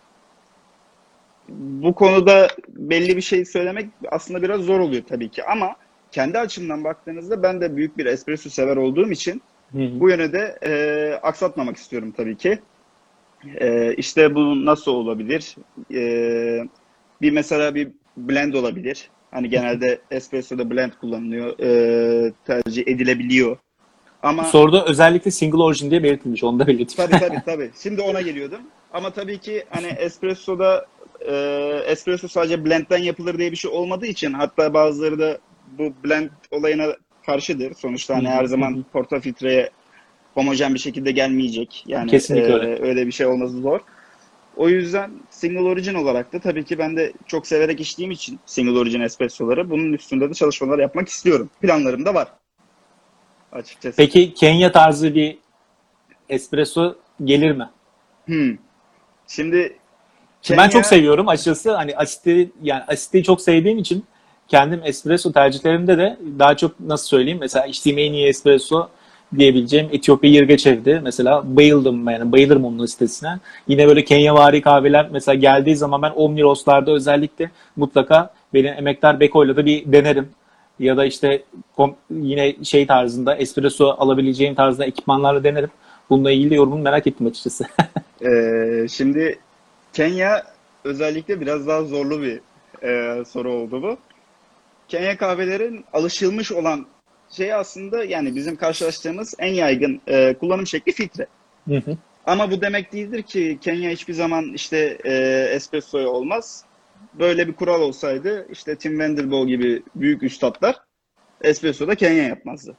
bu konuda belli bir şey söylemek aslında biraz zor oluyor tabii ki ama kendi açımdan baktığınızda ben de büyük bir espresso sever olduğum için bu yöne de e, aksatmamak istiyorum tabii ki. E, işte bu nasıl olabilir? E, bir mesela bir blend olabilir. Hani genelde espresso'da blend kullanılıyor, e, tercih edilebiliyor. Ama Soruda özellikle single origin diye belirtilmiş. Onu da belirteyim. tabii tabii tabii. Şimdi ona geliyordum. Ama tabii ki hani espresso'da e, espresso sadece blend'den yapılır diye bir şey olmadığı için hatta bazıları da bu blend olayına karşıdır. Sonuçta hani her zaman portafiltreye homojen bir şekilde gelmeyecek. Yani Kesinlikle e, öyle. öyle bir şey olması zor. O yüzden single origin olarak da tabii ki ben de çok severek içtiğim için single origin espressoları bunun üstünde de çalışmalar yapmak istiyorum. Planlarım da var açıkçası. Peki Kenya tarzı bir espresso gelir mi? Hmm. Şimdi Şimdi ben Kenya, çok seviyorum açıkçası. Hani asitli yani asitliği çok sevdiğim için kendim espresso tercihlerimde de daha çok nasıl söyleyeyim mesela içtiğim en iyi espresso diyebileceğim Etiyopya Yirgachev'di. Mesela bayıldım yani bayılırım onun sitesine. Yine böyle Kenyavari kahveler mesela geldiği zaman ben Omni Roast'larda özellikle mutlaka benim emektar Beko'yla da bir denerim. Ya da işte yine şey tarzında espresso alabileceğim tarzda ekipmanlarla denerim. Bununla ilgili yorumumu merak ettim açıkçası. e, şimdi Kenya özellikle biraz daha zorlu bir e, soru oldu bu. Kenya kahvelerin alışılmış olan şey aslında yani bizim karşılaştığımız en yaygın e, kullanım şekli filtre. Hı hı. Ama bu demek değildir ki Kenya hiçbir zaman işte e, espressoya olmaz. Böyle bir kural olsaydı işte Tim Wendelbo gibi büyük üstadlar espressoda Kenya yapmazdı.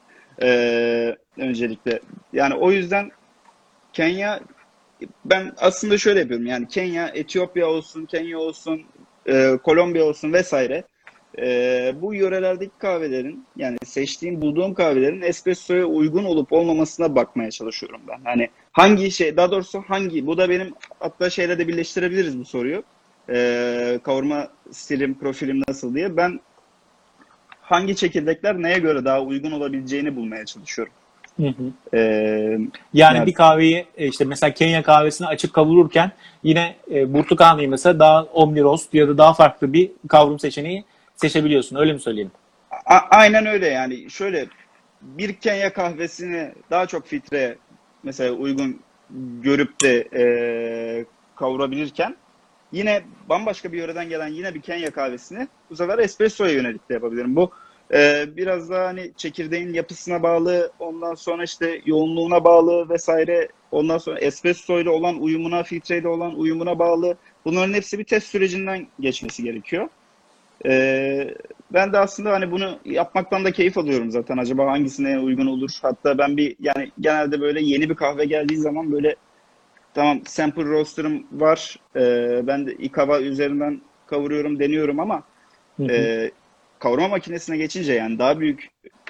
E, öncelikle. Yani o yüzden Kenya, ben aslında şöyle yapıyorum. Yani Kenya, Etiyopya olsun, Kenya olsun, e, Kolombiya olsun vesaire. E, bu yörelerdeki kahvelerin, yani seçtiğim, bulduğum kahvelerin espressoya uygun olup olmamasına bakmaya çalışıyorum ben. Hani hangi şey, daha doğrusu hangi, bu da benim hatta şeyle de birleştirebiliriz bu soruyu. E, kavurma stilim, profilim nasıl diye. Ben hangi çekirdekler neye göre daha uygun olabileceğini bulmaya çalışıyorum. Hı hı. E, Yani yani bir kahveyi e, işte mesela Kenya kahvesini açıp kavururken yine e, Burtukağ'ı mesela daha omni roast ya da daha farklı bir kavrum seçeneği seçebiliyorsun. Öyle mi söyleyelim? A- aynen öyle yani. Şöyle, bir Kenya kahvesini daha çok filtreye mesela uygun görüp de e, kavurabilirken yine bambaşka bir yöreden gelen yine bir Kenya kahvesini bu sefer espressoya yönelik de yapabilirim. Bu e, biraz daha hani çekirdeğin yapısına bağlı, ondan sonra işte yoğunluğuna bağlı vesaire, ondan sonra espresso ile olan uyumuna, filtreyle olan uyumuna bağlı. Bunların hepsi bir test sürecinden geçmesi gerekiyor. Ee, ben de aslında hani bunu yapmaktan da keyif alıyorum zaten. Acaba hangisine uygun olur? Hatta ben bir, yani genelde böyle yeni bir kahve geldiği zaman böyle, tamam, sample roaster'ım var. Ee, ben de ikava üzerinden kavuruyorum, deniyorum ama Hı hı. e, kavurma makinesine geçince, yani daha büyük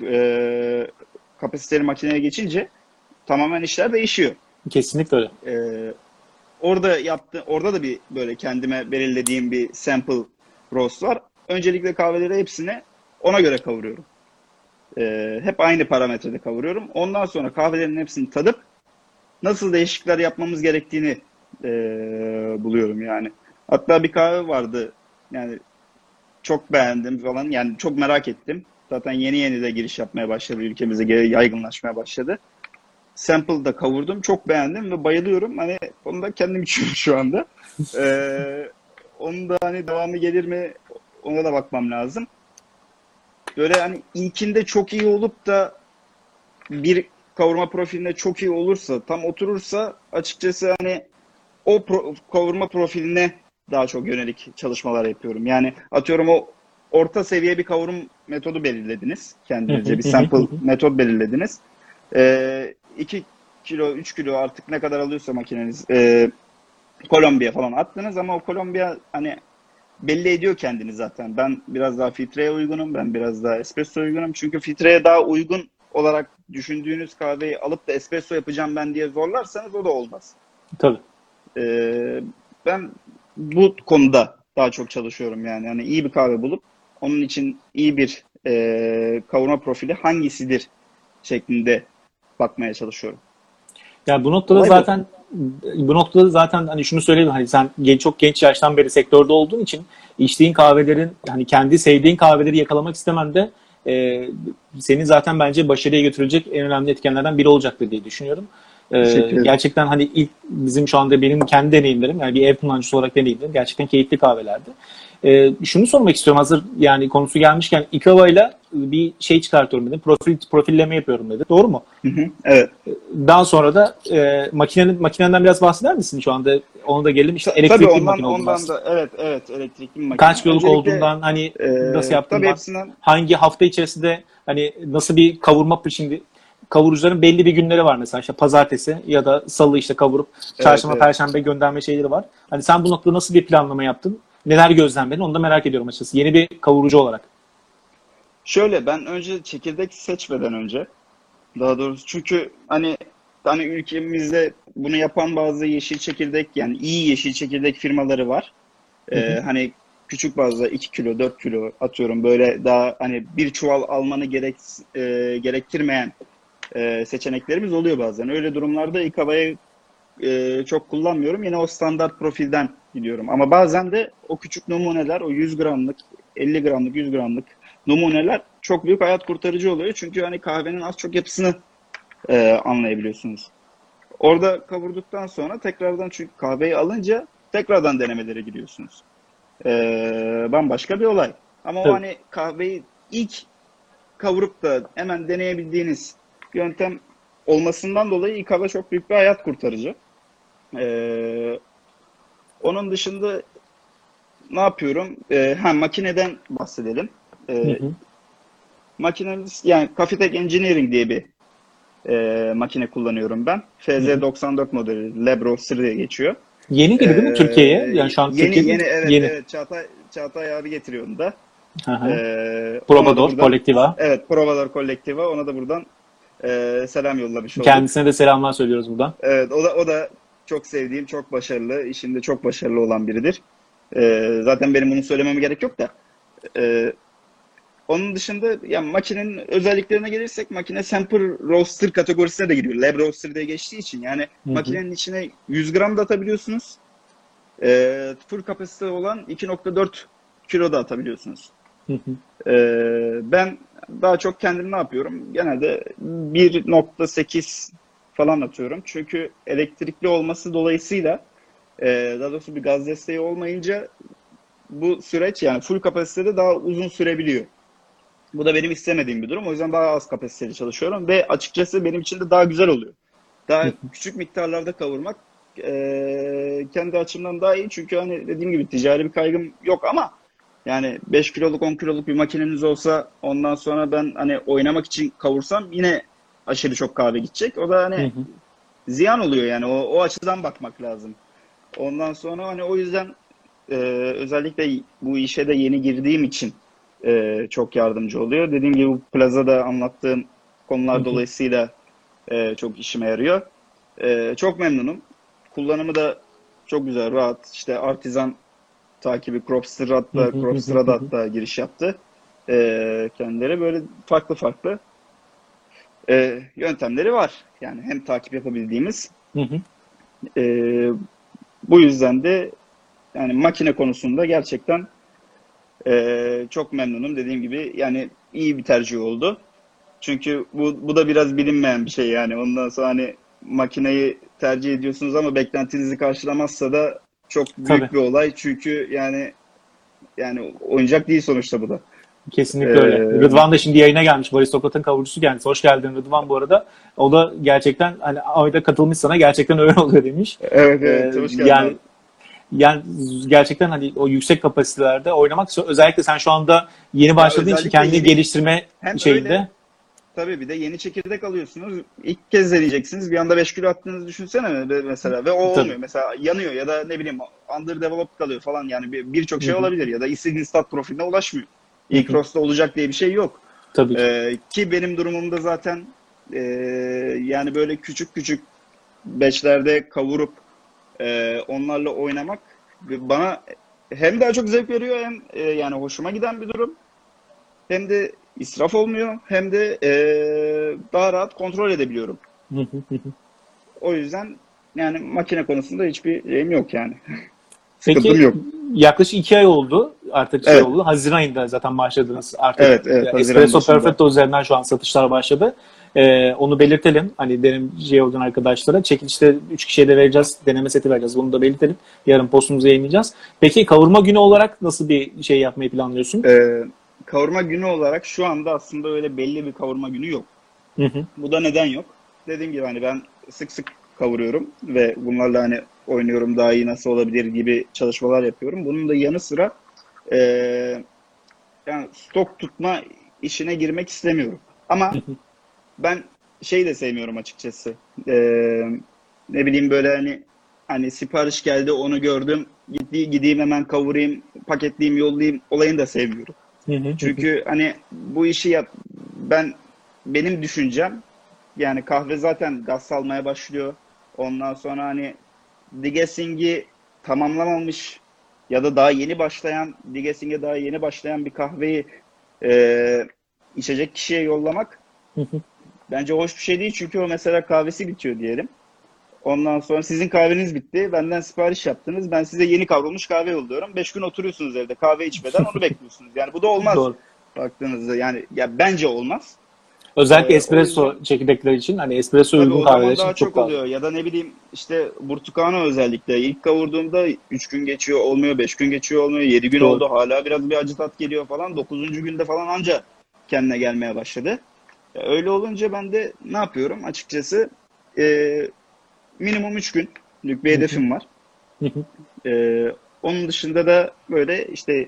e, kapasiteli makineye geçince tamamen işler değişiyor. Kesinlikle öyle. Ee, orada yaptı, orada da bir böyle kendime belirlediğim bir sample roast var. Öncelikle kahveleri hepsini ona göre kavuruyorum. Ee, hep aynı parametrede kavuruyorum. Ondan sonra kahvelerin hepsini tadıp nasıl değişiklikler yapmamız gerektiğini e, buluyorum yani. Hatta bir kahve vardı, yani çok beğendim falan, yani çok merak ettim. Zaten yeni yeni de giriş yapmaya başladı, ülkemize yaygınlaşmaya başladı. Sample'da kavurdum. Çok beğendim ve bayılıyorum. Hani onu da kendim içiyorum şu anda. Ee, onun da hani devamı gelir mi, ona da bakmam lazım. Böyle hani ilkinde çok iyi olup da bir kavurma profilinde çok iyi olursa, tam oturursa, açıkçası hani o pro- kavurma profiline daha çok yönelik çalışmalar yapıyorum. Yani atıyorum, o orta seviye bir kavurma metodu belirlediniz. Hı hı, Kendinizce bir hı hı, hı sample hı. metot belirlediniz. Ee, iki kilo, üç kilo artık ne kadar alıyorsa makineniz, e, Kolombiya falan attınız ama o Kolombiya hani belli ediyor kendini zaten. Ben biraz daha filtreye uygunum, ben biraz daha espresso uygunum. Çünkü filtreye daha uygun olarak düşündüğünüz kahveyi alıp da espresso yapacağım ben diye zorlarsanız o da olmaz. Tabii. Ee, ben bu konuda daha çok çalışıyorum yani. Yani iyi bir kahve bulup onun için iyi bir e, kavurma profili hangisidir şeklinde bakmaya çalışıyorum. Ya bu noktada Olay bu. zaten bu noktada zaten hani şunu söyleyeyim, hani sen genç, çok genç yaştan beri sektörde olduğun için içtiğin kahvelerin, hani kendi sevdiğin kahveleri yakalamak istemen de e, seni zaten bence başarıya götürecek en önemli etkenlerden biri olacaktır diye düşünüyorum. E, Teşekkür ederim. gerçekten hani ilk bizim şu anda benim kendi deneyimlerim, yani bir ev kullanıcısı olarak deneyimlerim gerçekten keyifli kahvelerdi. E, şunu sormak istiyorum, hazır yani konusu gelmişken, Ikava ile bir şey çıkartıyorum dedim. Profil profilleme yapıyorum dedi. Doğru mu? Hı hı, evet. Daha sonra da e, makinenin makinenden biraz bahseder misin şu anda? Onu da gelelim. İşte Ta- tabii elektrikli bir ondan makine olduğunu ondan bahset. da, evet evet, elektrikli bir Kaç makine. kiloluk Öncelikle olduğundan, hani e, nasıl tabii yaptığından, hepsinden, hangi hafta içerisinde, hani nasıl bir kavurma, şimdi kavurucuların belli bir günleri var mesela, işte pazartesi ya da salı işte kavurup evet çarşamba evet. perşembe gönderme şeyleri var. Hani sen bu noktada nasıl bir planlama yaptın? Neler gözlemledin? Onu da merak ediyorum açıkçası. Yeni bir kavurucu olarak. Şöyle, ben önce çekirdek seçmeden önce, daha doğrusu, çünkü hani hani ülkemizde bunu yapan bazı yeşil çekirdek, yani iyi yeşil çekirdek firmaları var. Hı hı. Ee, hani küçük bazda iki kilo, dört kilo atıyorum, böyle daha hani bir çuval almanı gerek e, gerektirmeyen e, seçeneklerimiz oluyor bazen. Öyle durumlarda İKAVA'yı e, çok kullanmıyorum. Yine o standart profilden gidiyorum. Ama bazen de o küçük numuneler, o yüz gramlık, elli gramlık, yüz gramlık numuneler çok büyük hayat kurtarıcı oluyor. Çünkü hani kahvenin az çok yapısını e, anlayabiliyorsunuz. Orada kavurduktan sonra tekrardan, çünkü kahveyi alınca tekrardan denemelere giriyorsunuz. E, bambaşka bir olay. Ama o Tabii. hani kahveyi ilk kavurup da hemen deneyebildiğiniz yöntem olmasından dolayı ilk hava çok büyük bir hayat kurtarıcı. Ee, onun dışında ne yapıyorum? Ee, ha, makineden bahsedelim. Ee, Hı hı. makinemiz yani Cafetech Engineering diye bir e, makine kullanıyorum ben. F Z doksan dört modeli Lab Roaster diye geçiyor. Yeni gibi değil mi Ee, Türkiye'ye? Yani şu an yeni Türkiye'de yeni evet yeni. evet Çağatay Çağatay abi getiriyor onu da. Hı hı. Ee, ona da Provador, buradan- Collectiva. Evet, Provador Collectiva. Ona da buradan e, selam yollamış olduk. Kendisine de selamlar söylüyoruz buradan. Evet, o da o da çok sevdiğim, çok başarılı, işinde çok başarılı olan biridir. Ee, zaten benim bunu söylememe gerek yok da. Ee, onun dışında yani makinenin özelliklerine gelirsek makine Sample Roaster kategorisine de giriyor. Lab Roaster diye geçtiği için yani hı. makinenin içine yüz gram da atabiliyorsunuz. Ee, full kapasite olan iki nokta dört kilo da atabiliyorsunuz. Hı hı. Ee, ben daha çok kendim ne yapıyorum? Genelde bir nokta sekiz falan atıyorum. Çünkü elektrikli olması dolayısıyla e, daha doğrusu bir gaz desteği olmayınca bu süreç yani full kapasitede daha uzun sürebiliyor. Bu da benim istemediğim bir durum. O yüzden daha az kapasiteli çalışıyorum ve açıkçası benim için de daha güzel oluyor. Daha küçük miktarlarda kavurmak e, kendi açımdan daha iyi. Çünkü hani dediğim gibi ticari bir kaygım yok ama yani beş kiloluk on kiloluk bir makineniz olsa ondan sonra ben hani oynamak için kavursam yine aşırı çok kahve gidecek. O da hani Hı hı. ziyan oluyor yani o, o açıdan bakmak lazım. Ondan sonra hani o yüzden e, özellikle bu işe de yeni girdiğim için e, çok yardımcı oluyor. Dediğim gibi bu plazada anlattığım konular Hı hı. dolayısıyla e, çok işime yarıyor. E, çok memnunum. Kullanımı da çok güzel, rahat. İşte Artisan takibi Cropster Hı hatta hı, Cropster'a hı da hı. hatta giriş yaptı. E, kendileri böyle farklı farklı e, yöntemleri var. Yani hem takip yapabildiğimiz Hı hı. e, bu yüzden de yani makine konusunda gerçekten e, çok memnunum. Dediğim gibi yani iyi bir tercih oldu. Çünkü bu, bu da biraz bilinmeyen bir şey yani. Ondan sonra hani makineyi tercih ediyorsunuz ama beklentinizi karşılamazsa da çok büyük Tabii. bir olay. Çünkü yani yani oyuncak değil sonuçta bu da. Kesinlikle öyle. Ee, Rıdvan da şimdi yayına gelmiş. Barış Tokat'ın kavurucusu kendisi. Hoş geldin Rıdvan bu arada. O da gerçekten hani ayda katılmış sana gerçekten öyle oluyor demiş. evet evet Ee, hoş geldin. yani yani gerçekten hani o yüksek kapasitelerde oynamak özellikle sen şu anda yeni başladığın için özellikle kendini yeni- geliştirme hem şeyinde. öyle tabii bir de yeni çekirdek alıyorsunuz. İlk kez deneyeceksiniz. Bir anda beş kilo attığınızı düşünsene ve mesela ve o Tabii. olmuyor. Mesela yanıyor ya da ne bileyim underdeveloped kalıyor falan yani bir- birçok şey Hı hı. olabilir ya da istediğin stat profiline ulaşmıyor. İlk Hı hı. rosta olacak diye bir şey yok. Tabii ki. Ee, ki benim durumumda zaten e, yani böyle küçük küçük batchlerde kavurup e, onlarla oynamak bana hem daha çok zevk veriyor hem e, yani hoşuma giden bir durum. Hem de israf olmuyor hem de e, daha rahat kontrol edebiliyorum. Hı hı, hı hı. O yüzden yani makine konusunda hiçbir şeyim yok yani. Peki Sıkıntım yok. yaklaşık iki ay oldu artık şey Evet. oldu. Haziran ayında zaten başladınız artık. Evet, evet, Haziran Espresso başında. Perfetto üzerinden şu an satışlar başladı. Ee, onu belirtelim. Hani benim şey olan arkadaşlara çekilişte üç kişiye de vereceğiz. Deneme seti vereceğiz. Bunu da belirtelim. Yarın postumuzu yayınlayacağız. Peki kavurma günü olarak nasıl bir şey yapmayı planlıyorsun? Ee, kavurma günü olarak şu anda aslında öyle belli bir kavurma günü yok. Hı hı. Bu da neden yok? Dediğim gibi hani ben sık sık kavuruyorum ve bunlarla hani oynuyorum daha iyi nasıl olabilir gibi çalışmalar yapıyorum. Bunun da yanı sıra e, yani stok tutma işine girmek istemiyorum. Ama ben şey de sevmiyorum açıkçası. E, ne bileyim böyle hani hani sipariş geldi onu gördüm gideyim, gideyim hemen kavurayım paketleyeyim yollayayım olayını da sevmiyorum. Hı hı, hı hı. Çünkü hani bu işi yap ben benim düşüncem yani kahve zaten gaz salmaya başlıyor. Ondan sonra hani degassing'i tamamlamamış ya da daha yeni başlayan degassing'e daha yeni başlayan bir kahveyi e, içecek kişiye yollamak Hı hı. bence hoş bir şey değil. Çünkü o mesela kahvesi bitiyor diyelim. Ondan sonra sizin kahveniz bitti. Benden sipariş yaptınız. Ben size yeni kavrulmuş kahve yolluyorum. Beş gün oturuyorsunuz evde kahve içmeden onu bekliyorsunuz. Yani bu da olmaz. Doğru. Baktığınızda yani ya bence olmaz. Özellikle Ee, o espresso yüzden- çekirdekleri için hani espresso Tabii uygun o kahveler zaman için daha çok çok daha. oluyor. Ya da ne bileyim işte Burtukano özellikle ilk kavurduğumda üç gün geçiyor olmuyor, beş gün geçiyor olmuyor, yedi gün Doğru. oldu hala biraz bir acı tat geliyor falan. Dokuzuncu günde falan anca kendine gelmeye başladı. E, öyle olunca ben de ne yapıyorum açıkçası? E, minimum üç günlük bir hedefim var. E, onun dışında da böyle işte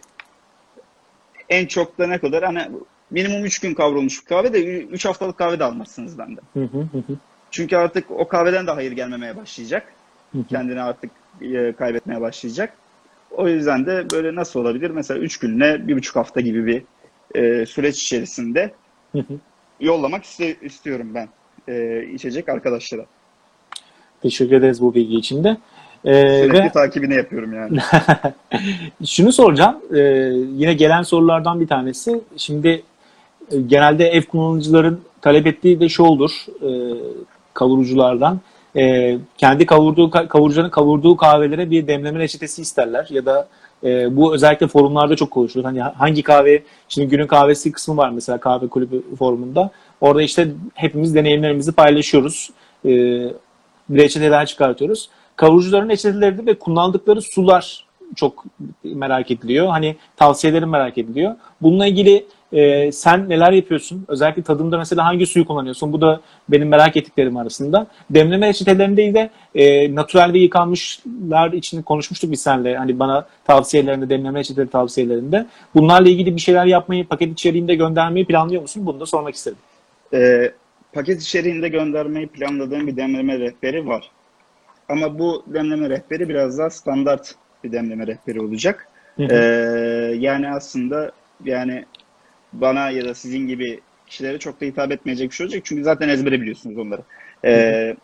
en çok da ne kadar hani minimum üç gün kavrulmuş bir kahve de üç haftalık kahve de almazsınız benden. Çünkü artık o kahveden de hayır gelmemeye başlayacak. Kendini artık e, kaybetmeye başlayacak. O yüzden de böyle nasıl olabilir? Mesela üç günle bir buçuk hafta gibi bir e, süreç içerisinde yollamak iste, istiyorum ben e, içecek arkadaşlara. Teşekkür ederiz bu bilgi için de. Ee, Sürekli ve takibini yapıyorum yani. şunu soracağım. Ee, yine gelen sorulardan bir tanesi. Şimdi e, genelde ev kullanıcıların talep ettiği de şu olur. E, kavuruculardan. E, kendi kavurduğu kavurucunun kavurduğu kahvelere bir demleme reçetesi isterler. Ya da e, bu özellikle forumlarda çok konuşulur. Hani hangi kahve, şimdi günün kahvesi kısmı var mesela kahve kulübü forumunda. Orada işte hepimiz deneyimlerimizi paylaşıyoruz. E, reçeteler çıkartıyoruz. Kavurucuların reçeteleri ve kullandıkları sular çok merak ediliyor. Hani tavsiyelerim merak ediliyor. Bununla ilgili e, sen neler yapıyorsun? Özellikle tadımda mesela hangi suyu kullanıyorsun? Bu da benim merak ettiklerim arasında. Demleme reçetelerinde de e, natürel ve yıkanmışlar için konuşmuştuk biz seninle. Hani bana tavsiyelerinde, demleme reçeteleri tavsiyelerinde. Bunlarla ilgili bir şeyler yapmayı, paket içeriğinde göndermeyi planlıyor musun? Bunu da sormak istedim. E, paket içeriğinde göndermeyi planladığım bir demleme rehberi var. Ama bu demleme rehberi biraz daha standart bir demleme rehberi olacak. Hı hı. Ee, yani aslında yani bana ya da sizin gibi kişilere çok da hitap etmeyecek bir şey olacak. Çünkü zaten ezbere biliyorsunuz onları. Ee,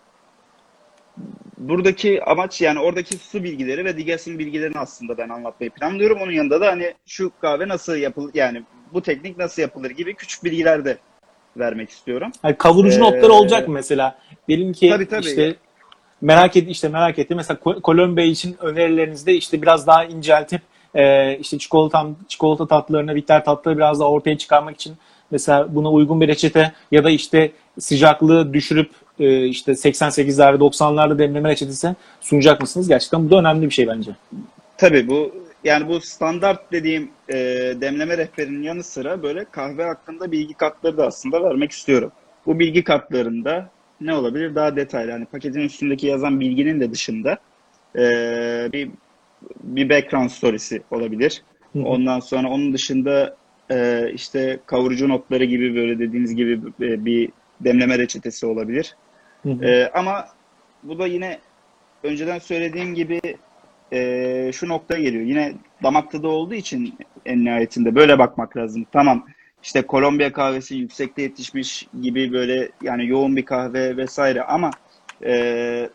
buradaki amaç yani oradaki su bilgileri ve Diges'in bilgilerini aslında ben anlatmayı planlıyorum. Onun yanında da hani şu kahve nasıl yapılır yani bu teknik nasıl yapılır gibi küçük bilgiler de vermek istiyorum. Yani kavurucu Ee, notları olacak mı mesela? Diyelim ki Tabii, tabii. işte merak et işte merak ettim. Mesela Ko- Kolombiya için önerilerinizde işte biraz daha inceltip e, işte çikolata çikolata tatlarını, bitter tatları biraz daha ortaya çıkarmak için mesela buna uygun bir reçete ya da işte sıcaklığı düşürüp e, işte seksen sekizlerde doksanlarda demleme reçetesi sunacak mısınız? Gerçekten bu da önemli bir şey bence. Tabii bu yani bu standart dediğim e, demleme rehberinin yanı sıra böyle kahve hakkında bilgi kartları da aslında vermek istiyorum. Bu bilgi kartlarında ne olabilir? Daha detaylı. Hani paketin üstündeki yazan bilginin de dışında e, bir bir background story'si olabilir. Hı hı. Ondan sonra onun dışında e, işte kavurucu notları gibi böyle dediğiniz gibi e, bir demleme reçetesi olabilir. Hı hı. E, ama bu da yine önceden söylediğim gibi e, şu noktaya geliyor. Yine damak tadı olduğu için en nihayetinde böyle bakmak lazım. Tamam işte Kolombiya kahvesi yüksekte yetişmiş gibi böyle yani yoğun bir kahve vesaire ama e,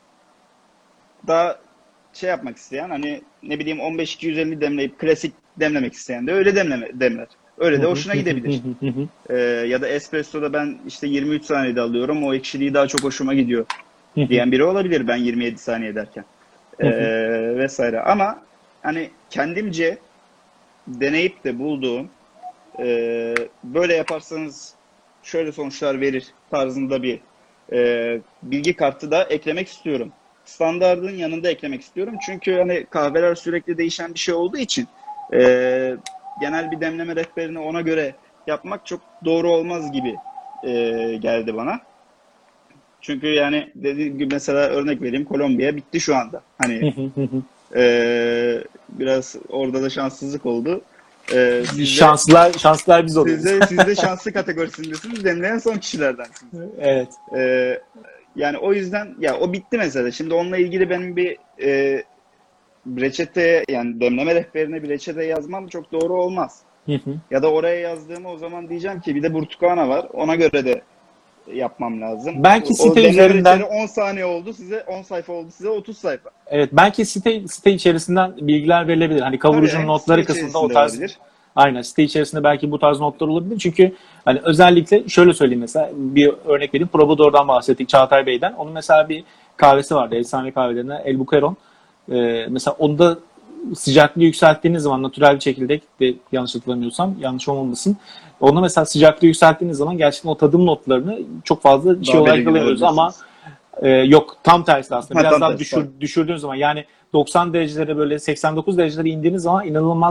daha şey yapmak isteyen hani ne bileyim on beş iki yüz elli demleyip klasik demlemek isteyen de öyle demleme, demler. Öyle de hoşuna gidebilir. E, ya da espresso'da ben işte yirmi üç saniyede alıyorum o ekşiliği daha çok hoşuma gidiyor diyen biri olabilir ben yirmi yedi saniye derken. Ee, vesaire ama hani kendimce deneyip de bulduğum e, böyle yaparsanız şöyle sonuçlar verir tarzında bir e, bilgi kartı da eklemek istiyorum. Standardın yanında eklemek istiyorum. Çünkü hani kahveler sürekli değişen bir şey olduğu için e, genel bir demleme rehberini ona göre yapmak çok doğru olmaz gibi e, geldi bana. Çünkü yani dediğim gibi mesela örnek vereyim Kolombiya bitti şu anda. Hani e, biraz orada da şanssızlık oldu. E, siz de, Şanslılar, şanslılar biz siz oluyoruz. de, siz de şanslı kategorisindesiniz. Demleyen son kişilerdensiniz. Evet. E, yani o yüzden ya o bitti mesela. Şimdi onunla ilgili benim bir e, reçete yani demleme rehberine bir reçete yazmam çok doğru olmaz. Ya da oraya yazdığımı o zaman diyeceğim ki bir de Burtukana var. Ona göre de yapmam lazım. Belki O site demleme üzerinden reçete on saniye oldu size on sayfa oldu size otuz sayfa. evet belki site site içerisinden bilgiler verilebilir. Hani kavurucunun Tabii, notları site kısmında o içerisinde tarz olabilir. aynen site içerisinde belki bu tarz notlar olabilir. Çünkü hani özellikle şöyle söyleyeyim mesela bir örnek vereyim. Probador'dan bahsettik Çağatay Bey'den. Onun mesela bir kahvesi vardı. Efsane kahvelerine El Bucaron. Ee, mesela onda sıcaklığı yükselttiğiniz zaman natürel bir şekilde de yanlış hatırlamıyorsam yanlış olmamasın. Onda mesela sıcaklığı yükselttiğiniz zaman gerçekten o tadım notlarını çok fazla şey Daha olarak belirgin alıyoruz ama olabilirsiniz. Ee, yok tam tersi aslında. Ha, Biraz tam daha tersi, düşür, tamam. düşürdüğün zaman yani doksan derecelere böyle seksen dokuz derecelere indiğiniz zaman inanılmaz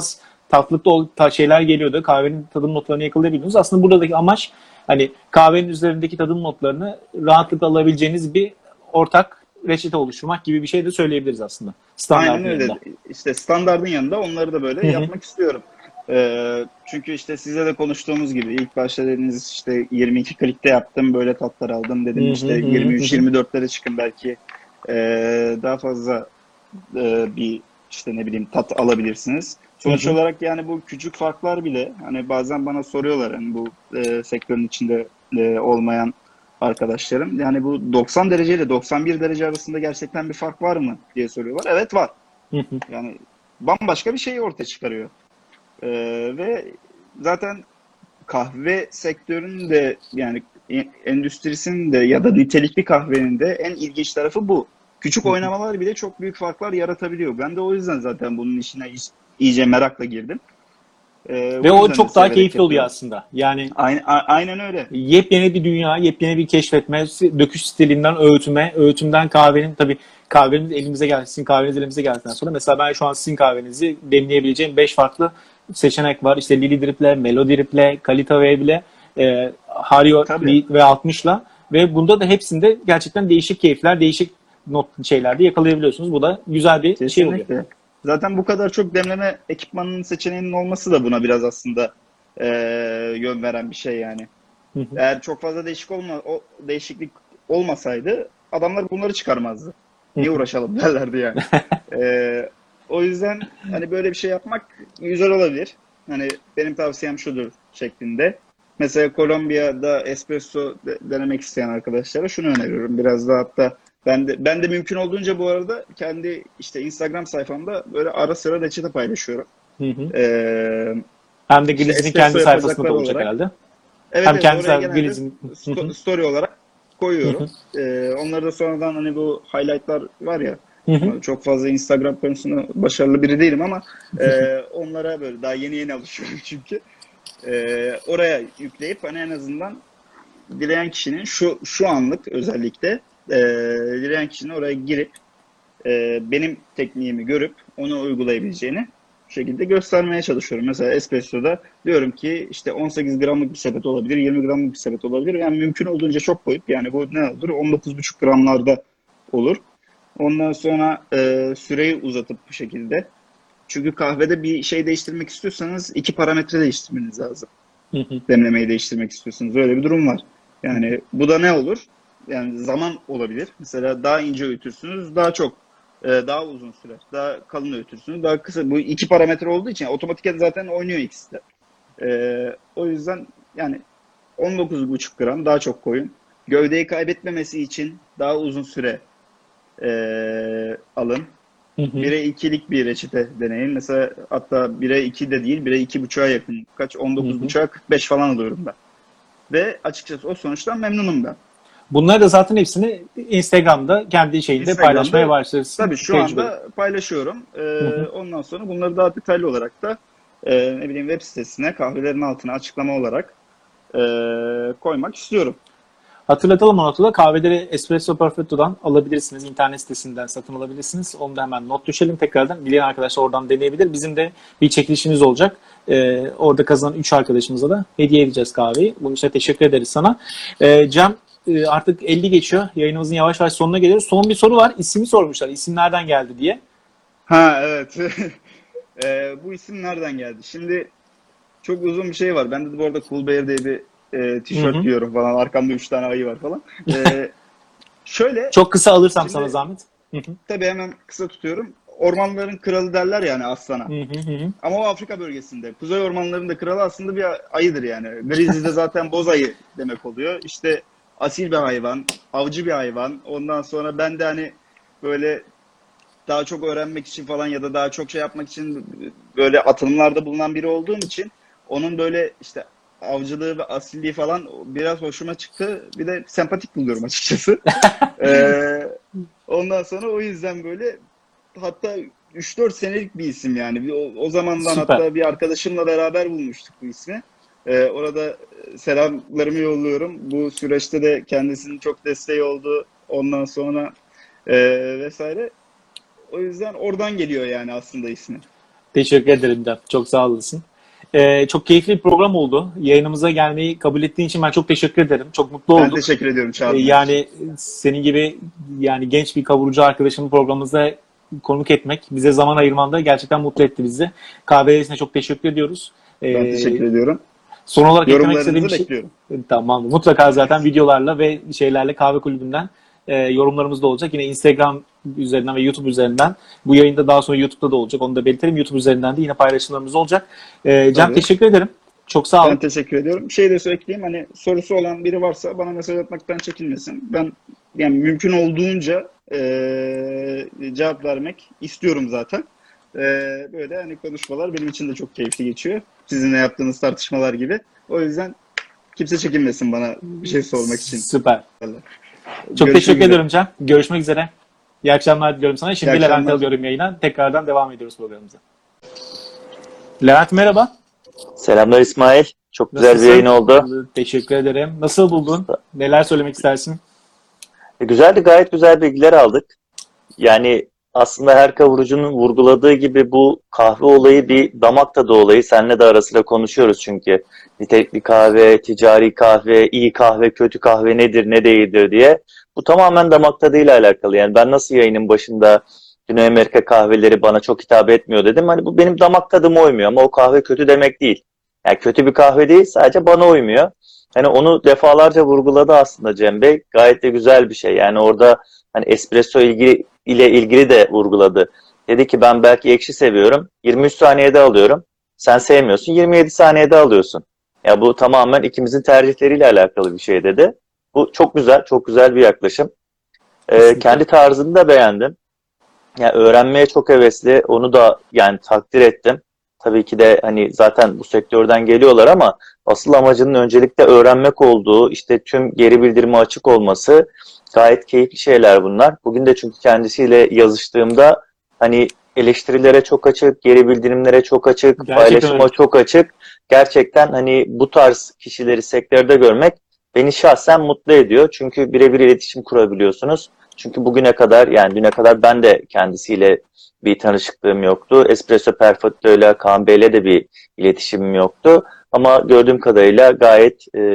tatlı da ta- şeyler geliyordu. Kahvenin tadım notlarını yakalayabiliyorsunuz. Aslında buradaki amaç hani kahvenin üzerindeki tadım notlarını rahatlıkla alabileceğiniz bir ortak reçete oluşturmak gibi bir şey de söyleyebiliriz aslında. Aynen Standartın öyle. yanında. İşte standardın yanında onları da böyle Hı hı. yapmak istiyorum. Ee, çünkü işte size de konuştuğumuz gibi ilk başta dediniz işte yirmi iki klikte yaptım böyle tatlar aldım Hı dedim hı işte hı hı yirmi üç hı. yirmi dörtlere çıkın belki ee, daha fazla e, bir işte ne bileyim tat alabilirsiniz. Hı Sonuç hı. olarak yani bu küçük farklar bile hani bazen bana soruyorlar hani bu e, sektörün içinde e, olmayan arkadaşlarım. Yani bu doksan derece ile doksan bir derece arasında gerçekten bir fark var mı diye soruyorlar. Evet var. Hı hı. Yani bambaşka bir şeyi ortaya çıkarıyor. E, ve zaten kahve sektörünün de yani e- endüstrisinin de ya da nitelikli kahvenin de en ilginç tarafı bu. Küçük Hı hı. oynamalar bile çok büyük farklar yaratabiliyor. Ben de o yüzden zaten bunun işine iyice iyice merakla girdim. Ee, Ve bu o yüzden de çok daha severek keyifli oluyor yapıyorum. aslında. Yani Aynen, aynen öyle. yepyeni bir dünya, yepyeni bir keşfetme, döküş stilinden öğütme, öğütümden kahvenin tabii kahveniz elimize gelsin, sizin kahveniz elimize geldikten sonra mesela ben şu an sizin kahvenizi demleyebileceğim beş farklı seçenek var. İşte Lily Drip'le, Melo Drip'le, Kalita Wave'le, e, Hario Tabii. ve altmışla ve bunda da hepsinde gerçekten değişik keyifler, değişik not şeylerde yakalayabiliyorsunuz. Bu da güzel bir şey oluyor. Kesinlikle. Zaten bu kadar çok demleme ekipmanının seçeneğinin olması da buna biraz aslında e, yön veren bir şey yani. Hı hı, Eğer çok fazla değişik olma, o değişiklik olmasaydı adamlar bunları çıkarmazdı. hı Niye hı. uğraşalım derlerdi yani. Ee, o yüzden hani böyle bir şey yapmak güzel olabilir. Hani benim tavsiyem şudur şeklinde. Mesela Kolombiya'da espresso de- denemek isteyen arkadaşlara şunu öneriyorum. Biraz da hatta ben de ben de mümkün olduğunca bu arada kendi işte Instagram sayfamda böyle ara sıra reçete paylaşıyorum. Hı hı. Ee, Hem de işte Grizzly'nin espresso kendi sayfasında da yapacaklar olacak olarak herhalde. evet Hem evet kendi oraya sayfası genelde Grizzly'nin. Hı hı, sto- story olarak hı hı, koyuyorum. Ee, onları da sonradan hani bu highlightlar var ya hı hı. çok fazla Instagram konusunda başarılı biri değilim ama e, onlara böyle daha yeni yeni alışıyorum çünkü. Ee, oraya yükleyip hani en azından dileyen kişinin şu şu anlık özellikle e, dileyen kişinin oraya girip e, benim tekniğimi görüp onu uygulayabileceğini bu şekilde göstermeye çalışıyorum. Mesela espresso'da diyorum ki işte on sekiz gramlık bir sepet olabilir, yirmi gramlık bir sepet olabilir. Yani mümkün olduğunca çok koyup yani bu ne olur? on dokuz buçuk gramlarda olur. Ondan sonra e, süreyi uzatıp bu şekilde. Çünkü kahvede bir şey değiştirmek istiyorsanız iki parametre değiştirmeniz lazım. Hı hı. Demlemeyi değiştirmek istiyorsunuz. Öyle bir durum var. Yani bu da ne olur? Yani zaman olabilir. Mesela daha ince öğütürsünüz, daha çok, e, daha uzun sürer. Daha kalın öğütürsünüz, daha kısa. Bu iki parametre olduğu için otomatik zaten oynuyor ikisi de. E, o yüzden yani on dokuz buçuk gram daha çok koyun. Gövdeyi kaybetmemesi için daha uzun süre e, alın. Hı hı. bire ikilik bir reçete deneyin. Mesela hatta bire iki de değil, bire iki buçuğa yakın. Kaç? Hı on dokuz hı. buçuğa kırk beş falan alıyorum ben. Ve açıkçası o sonuçtan memnunum ben. Bunları da zaten hepsini Instagram'da kendi şeyinde paylaşmaya Instagram'da başlarsın tabii şu tecrübeli. anda paylaşıyorum. Hı Ee, hı. ondan sonra bunları daha detaylı olarak da e, ne bileyim web sitesine kahvelerin altına açıklama olarak e, koymak istiyorum. Hatırlatalım onu da kahveleri Espresso Perfetto'dan alabilirsiniz. İnternet sitesinden satın alabilirsiniz. Onu da hemen not düşelim tekrardan. Bilen arkadaşlar oradan deneyebilir. Bizim de bir çekilişimiz olacak. Ee, orada kazanan üç arkadaşımıza da hediye edeceğiz kahveyi. Bunun için teşekkür ederiz sana. Ee, Cem e, artık elli geçiyor. Yayınımızın yavaş yavaş sonuna geliyoruz. Son bir soru var. İsmi sormuşlar. İsim nereden geldi diye. Ha evet. E, bu isim nereden geldi? Şimdi çok uzun bir şey var. Ben de bu arada Cool Bear diye bir e, Hı tişört hı. giyiyorum falan. Arkamda üç tane ayı var falan. E, şöyle Çok kısa alırsam sana şimdi zahmet. Hı hı. tabii hemen kısa tutuyorum. Ormanların kralı derler yani aslana. Hı hı hı hı. Ama o Afrika bölgesinde. Kuzey ormanlarının da kralı aslında bir ayıdır yani. Grizzly de zaten boz ayı demek oluyor. İşte asil bir hayvan, avcı bir hayvan. Ondan sonra ben de hani böyle daha çok öğrenmek için falan ya da daha çok şey yapmak için böyle atılımlarda bulunan biri olduğum için onun böyle işte avcılığı ve asilliği falan biraz hoşuma çıktı. Bir de sempatik buluyorum açıkçası. Ee, ondan sonra o yüzden böyle hatta üç dört senelik bir isim yani. O, o zamandan Süper. hatta bir arkadaşımla beraber bulmuştuk bu ismi. Ee, orada selamlarımı yolluyorum. Bu süreçte de kendisinin çok desteği oldu. Ondan sonra e, vesaire. O yüzden oradan geliyor yani aslında ismi. Teşekkür ederim de. Çok sağ olasın. Ee, çok keyifli bir program oldu. Yayınımıza gelmeyi kabul ettiğin için ben çok teşekkür ederim. Çok mutlu Ben oldum. teşekkür ediyorum çağırdığın Ee, için. yani senin gibi yani genç bir kavurucu arkadaşımı programımıza konuk etmek, bize zaman ayırman da gerçekten mutlu etti bizi. Kahveresine çok teşekkür ediyoruz. Ee, Ben teşekkür ediyorum. Son olarak eklemek istediğim Yorumlarınızı bir şey. bekliyorum. Tamam. Mutlaka zaten videolarla ve şeylerle kahve kulübünden e, yorumlarımız da olacak. Yine Instagram üzerinden ve YouTube üzerinden. Bu yayında daha sonra YouTube'da da olacak. Onu da belirtelim. YouTube üzerinden de yine paylaşımlarımız olacak. E, Can, Tabii. teşekkür ederim. Çok sağ Ben olun. teşekkür ediyorum. Bir şey de söyleyeyim, hani sorusu olan biri varsa bana mesaj atmaktan çekinmesin. Ben yani mümkün olduğunca eee, cevap vermek istiyorum zaten. Eee, böyle hani konuşmalar benim için de çok keyifli geçiyor. Sizinle yaptığınız tartışmalar gibi. O yüzden kimse çekinmesin bana bir şey sormak için. Süper. Çok Görüşmek teşekkür üzere. ederim Can. Görüşmek üzere. İyi akşamlar diliyorum sana. Şimdi İyi akşamlar. Levent'e alıyorum yayına. Tekrardan devam ediyoruz programımıza. Levent merhaba. Selamlar İsmail. Çok güzel Nasılsın? bir yayın oldu. Teşekkür ederim. Nasıl buldun? Neler söylemek istersin? E, güzeldi, gayet güzel bilgiler aldık. Yani aslında her kavurucunun vurguladığı gibi bu kahve olayı bir damak tadı olayı. Seninle de ara sıra konuşuyoruz çünkü. Nitelikli kahve, ticari kahve, iyi kahve, kötü kahve nedir, ne değildir diye. Bu tamamen damak tadıyla alakalı. Yani ben nasıl yayının başında Güney Amerika kahveleri bana çok hitap etmiyor dedim. Hani bu benim damak tadıma uymuyor ama o kahve kötü demek değil. Yani kötü bir kahve değil, sadece bana uymuyor. Hani onu defalarca vurguladı aslında Cem Bey. Gayet de güzel bir şey. Yani orada hani espresso ilgili ile ilgili de vurguladı. Dedi ki ben belki ekşi seviyorum. yirmi üç saniyede alıyorum. Sen sevmiyorsun. yirmi yedi saniyede alıyorsun. Ya bu tamamen ikimizin tercihleriyle alakalı bir şey dedi. Bu çok güzel, çok güzel bir yaklaşım. Ee, Kesinlikle. kendi tarzını da beğendim. Yani öğrenmeye çok hevesli. Onu da yani takdir ettim. Tabii ki de hani zaten bu sektörden geliyorlar ama asıl amacının öncelikle öğrenmek olduğu, işte tüm geri bildirime açık olması gayet keyifli şeyler bunlar. Bugün de çünkü kendisiyle yazıştığımda hani eleştirilere çok açık, geri bildirimlere çok açık, Gerçekten paylaşıma öyle. çok açık. Gerçekten hani bu tarz kişileri sektörde görmek beni şahsen mutlu ediyor. Çünkü birebir iletişim kurabiliyorsunuz. Çünkü bugüne kadar yani düne kadar ben de kendisiyle bir tanışıklığım yoktu. Espresso Perfetto ile Kaan Bey'le de bir iletişimim yoktu. Ama gördüğüm kadarıyla gayet e,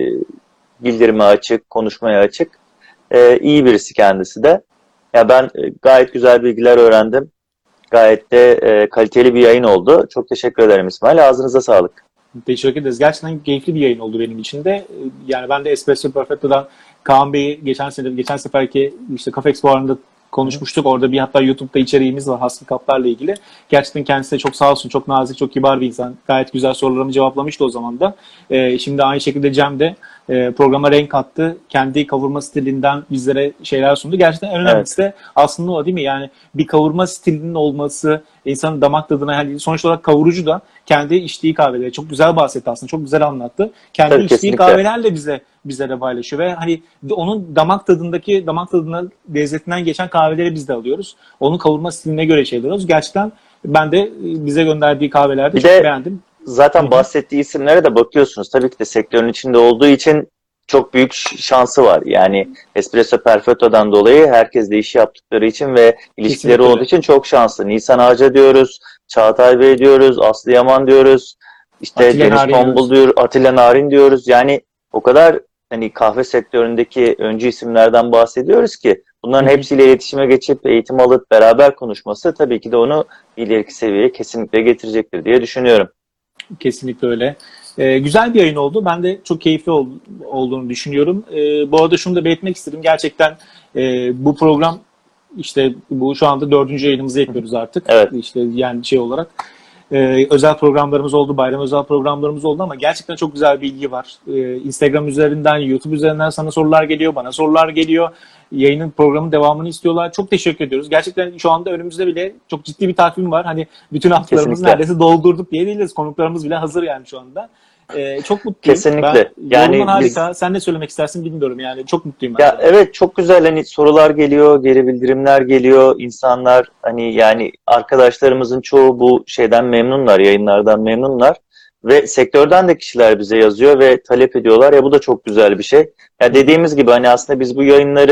bildirime açık, konuşmaya açık. E, iyi birisi kendisi de. Ya ben e, gayet güzel bilgiler öğrendim. Gayet de e, kaliteli bir yayın oldu. Çok teşekkür ederim İsmail. Ağzınıza sağlık. Teşekkür ederiz. Gerçekten keyifli bir yayın oldu benim için de. Yani ben de Espresso Perfetto'dan Kaan Bey'i geçen sene, geçen seferki işte Cafe Expo'larında konuşmuştuk. Orada bir hatta YouTube'da içeriğimiz var hasıl kaplarla ilgili. Gerçekten kendisi de çok sağ olsun, çok nazik, çok kibar bir insan. Gayet güzel sorularımı cevaplamıştı o zaman da. Ee, şimdi aynı şekilde Cem de e, programa renk kattı. Kendi kavurma stilinden bizlere şeyler sundu. Gerçekten en önemlisi de aslında o değil mi? Yani bir kavurma stilinin olması, insanın damak tadına, yani sonuç olarak kavurucu da kendi içtiği kahveleri çok güzel bahsetti aslında. Çok güzel anlattı. Kendi Tabii, içtiği kesinlikle. kahvelerle bize bizlere paylaşıyor ve hani onun damak tadındaki damak tadına lezzetinden geçen kahveleri biz de alıyoruz. Onun kavurma stiline göre şey alıyoruz. Gerçekten ben de bize gönderdiği kahvelerde Bir çok de beğendim. zaten Hı hı. bahsettiği isimlere de bakıyorsunuz. Tabii ki de sektörün içinde olduğu için çok büyük ş- şansı var. Yani Espresso Perfetto'dan dolayı herkesle iş yaptıkları için ve ilişkileri Kesinlikle olduğu öyle. için çok şanslı. Nisan Ağaca diyoruz, Çağatay Bey diyoruz, Aslı Yaman diyoruz, işte Atilla Deniz Narin Tombul diyoruz. diyor, Atilla Narin diyoruz. Yani o kadar hani kahve sektöründeki öncü isimlerden bahsediyoruz ki bunların Hı hı. hepsiyle iletişime geçip eğitim alıp beraber konuşması tabii ki de onu bir ileriki seviyeye kesinlikle getirecektir diye düşünüyorum. Kesinlikle öyle. Ee, güzel bir yayın oldu. Ben de çok keyifli ol- olduğunu düşünüyorum. Ee, bu arada şunu da belirtmek istedim. Gerçekten e, bu program işte bu şu anda dördüncü yayınımızı yapıyoruz artık. Evet. İşte yani şey olarak. Ee, özel programlarımız oldu, bayram özel programlarımız oldu ama gerçekten çok güzel bilgi var. Ee, Instagram üzerinden, YouTube üzerinden sana sorular geliyor, bana sorular geliyor. Yayının programın devamını istiyorlar. Çok teşekkür ediyoruz. Gerçekten şu anda önümüzde bile çok ciddi bir takvim var. Hani bütün haftalarımızı Kesinlikle. neredeyse doldurduk diyebiliriz. Konuklarımız bile hazır yani şu anda. Ee, çok mutluyum. Kesinlikle. Ben, Yani yorumun biz- harika. Sen ne söylemek istersin bilmiyorum yani. Çok mutluyum ben. Ya evet, çok güzel hani sorular geliyor, geri bildirimler geliyor. İnsanlar hani yani arkadaşlarımızın çoğu bu şeyden memnunlar, yayınlardan memnunlar. Ve sektörden de kişiler bize yazıyor ve talep ediyorlar ya, bu da çok güzel bir şey. Ya dediğimiz gibi hani aslında biz bu yayınları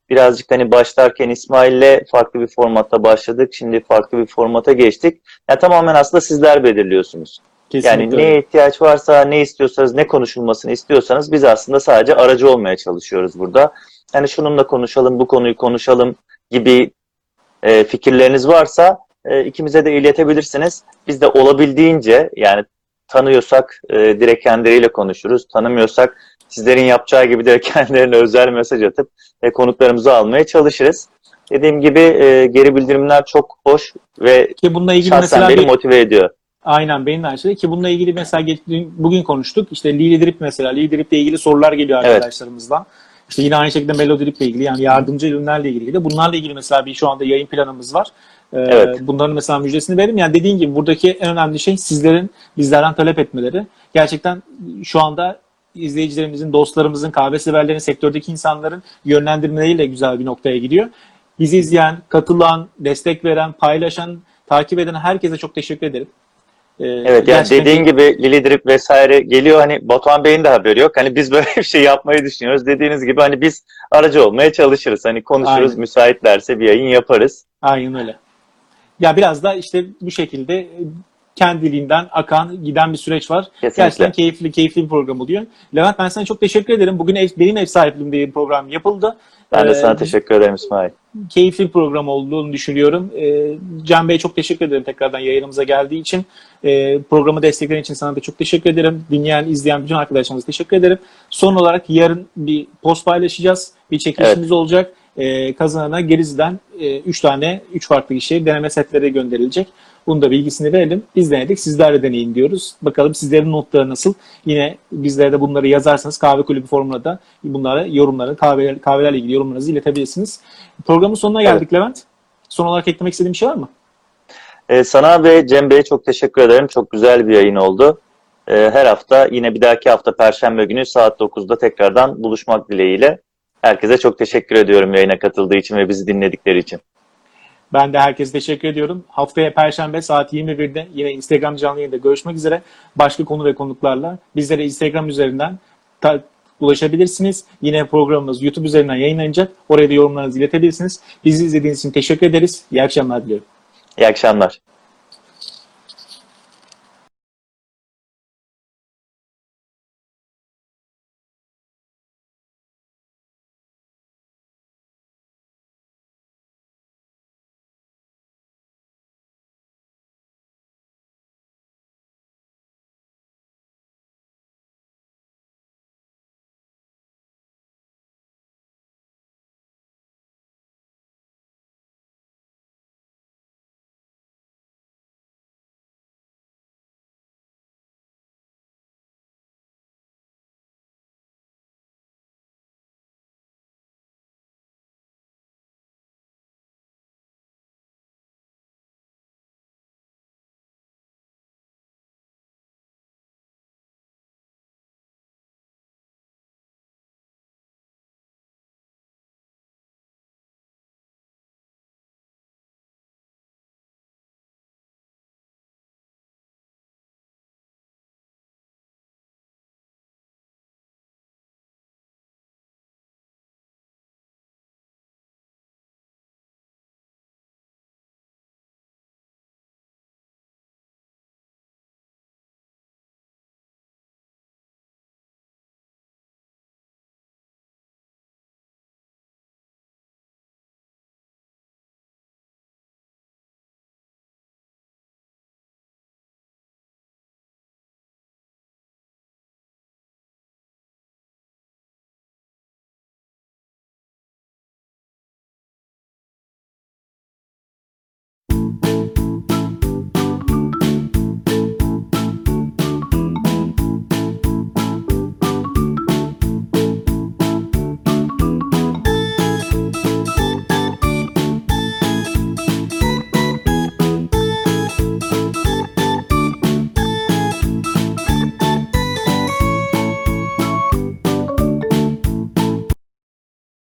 birazcık hani başlarken İsmail'le farklı bir formatta başladık. Şimdi farklı bir formata geçtik. Yani tamamen aslında sizler belirliyorsunuz. Kesinlikle Yani öyle. neye ihtiyaç varsa, ne istiyorsanız, ne konuşulmasını istiyorsanız biz aslında sadece aracı olmaya çalışıyoruz burada. Yani şununla konuşalım, bu konuyu konuşalım gibi e, fikirleriniz varsa e, ikimize de iletebilirsiniz. Biz de olabildiğince yani tanıyorsak e, direkt kendileriyle konuşuruz. Tanımıyorsak sizlerin yapacağı gibi de kendilerine özel mesaj atıp e, konuklarımızı almaya çalışırız. Dediğim gibi e, geri bildirimler çok hoş ve Ki bununla ilgili şahsen mesela beni bir, motive ediyor. aynen benim de aynı şey. Ki bununla ilgili mesela geç- dün- bugün konuştuk. İşte Lili Drip mesela. Lili Drip'le ilgili sorular geliyor Evet. arkadaşlarımızdan. İşte yine aynı şekilde Melody Drip'le ilgili yani yardımcı ürünlerle ilgili de. Bunlarla ilgili mesela bir şu anda yayın planımız var. Ee, Evet. Bunların mesela müjdesini verim. Yani dediğin gibi buradaki en önemli şey sizlerin bizlerden talep etmeleri. Gerçekten şu anda izleyicilerimizin, dostlarımızın, kahve severlerin, sektördeki insanların yönlendirmeleriyle güzel bir noktaya gidiyor. Bizi izleyen, katılan, destek veren, paylaşan, takip eden herkese çok teşekkür ederim. Ee, Evet yani gerçekten dediğin gibi Lili Drip vesaire geliyor, hani Batuhan Bey'in de haberi yok. Hani biz böyle bir şey yapmayı düşünüyoruz. Dediğiniz gibi hani biz aracı olmaya çalışırız. Hani konuşuruz, Aynen. müsaitlerse bir yayın yaparız. Aynen öyle. Ya biraz da işte bu şekilde e, kendiliğinden akan giden bir süreç var. Kesinlikle. Gerçekten keyifli keyifli bir program oluyor. Levent, ben sana çok teşekkür ederim. Bugün ev, benim ev sahipliğimde bir program yapıldı. Ben de Ee, sana teşekkür ederim İsmail. Keyifli bir program olduğunu düşünüyorum. Ee, Can Bey'e çok teşekkür ederim tekrardan yayınımıza geldiği için. Ee, programı desteklerin için sana da çok teşekkür ederim. Dinleyen, izleyen bütün arkadaşlarımıza teşekkür ederim. Son olarak yarın bir post paylaşacağız. Bir çekilişimiz olacak. Ee, kazanana Gerizli'den üç tane, üç farklı kişiye deneme setleri gönderilecek. Bunu da bilgisini verelim. Biz denedik, sizler de deneyin diyoruz. Bakalım sizlerin notları nasıl? Yine bizlere de bunları yazarsanız kahve kulübü forumuna da bunlara yorumları, kahve, kahvelerle ilgili yorumlarınızı iletebilirsiniz. Programın sonuna geldik Evet. Levent. Son olarak eklemek istediğin bir şey var mı? Ee, sana ve Cem Bey'e çok teşekkür ederim. Çok güzel bir yayın oldu. Ee, her hafta yine bir dahaki hafta Perşembe günü saat dokuzda tekrardan buluşmak dileğiyle. Herkese çok teşekkür ediyorum yayına katıldığı için ve bizi dinledikleri için. Ben de herkese teşekkür ediyorum. Haftaya Perşembe saat yirmi birde yine Instagram canlı yayında görüşmek üzere. Başka konu ve konuklarla bizlere Instagram üzerinden ta- ulaşabilirsiniz. Yine programımız YouTube üzerinden yayınlanacak. Oraya da yorumlarınızı iletebilirsiniz. Bizi izlediğiniz için teşekkür ederiz. İyi akşamlar diliyorum. İyi akşamlar.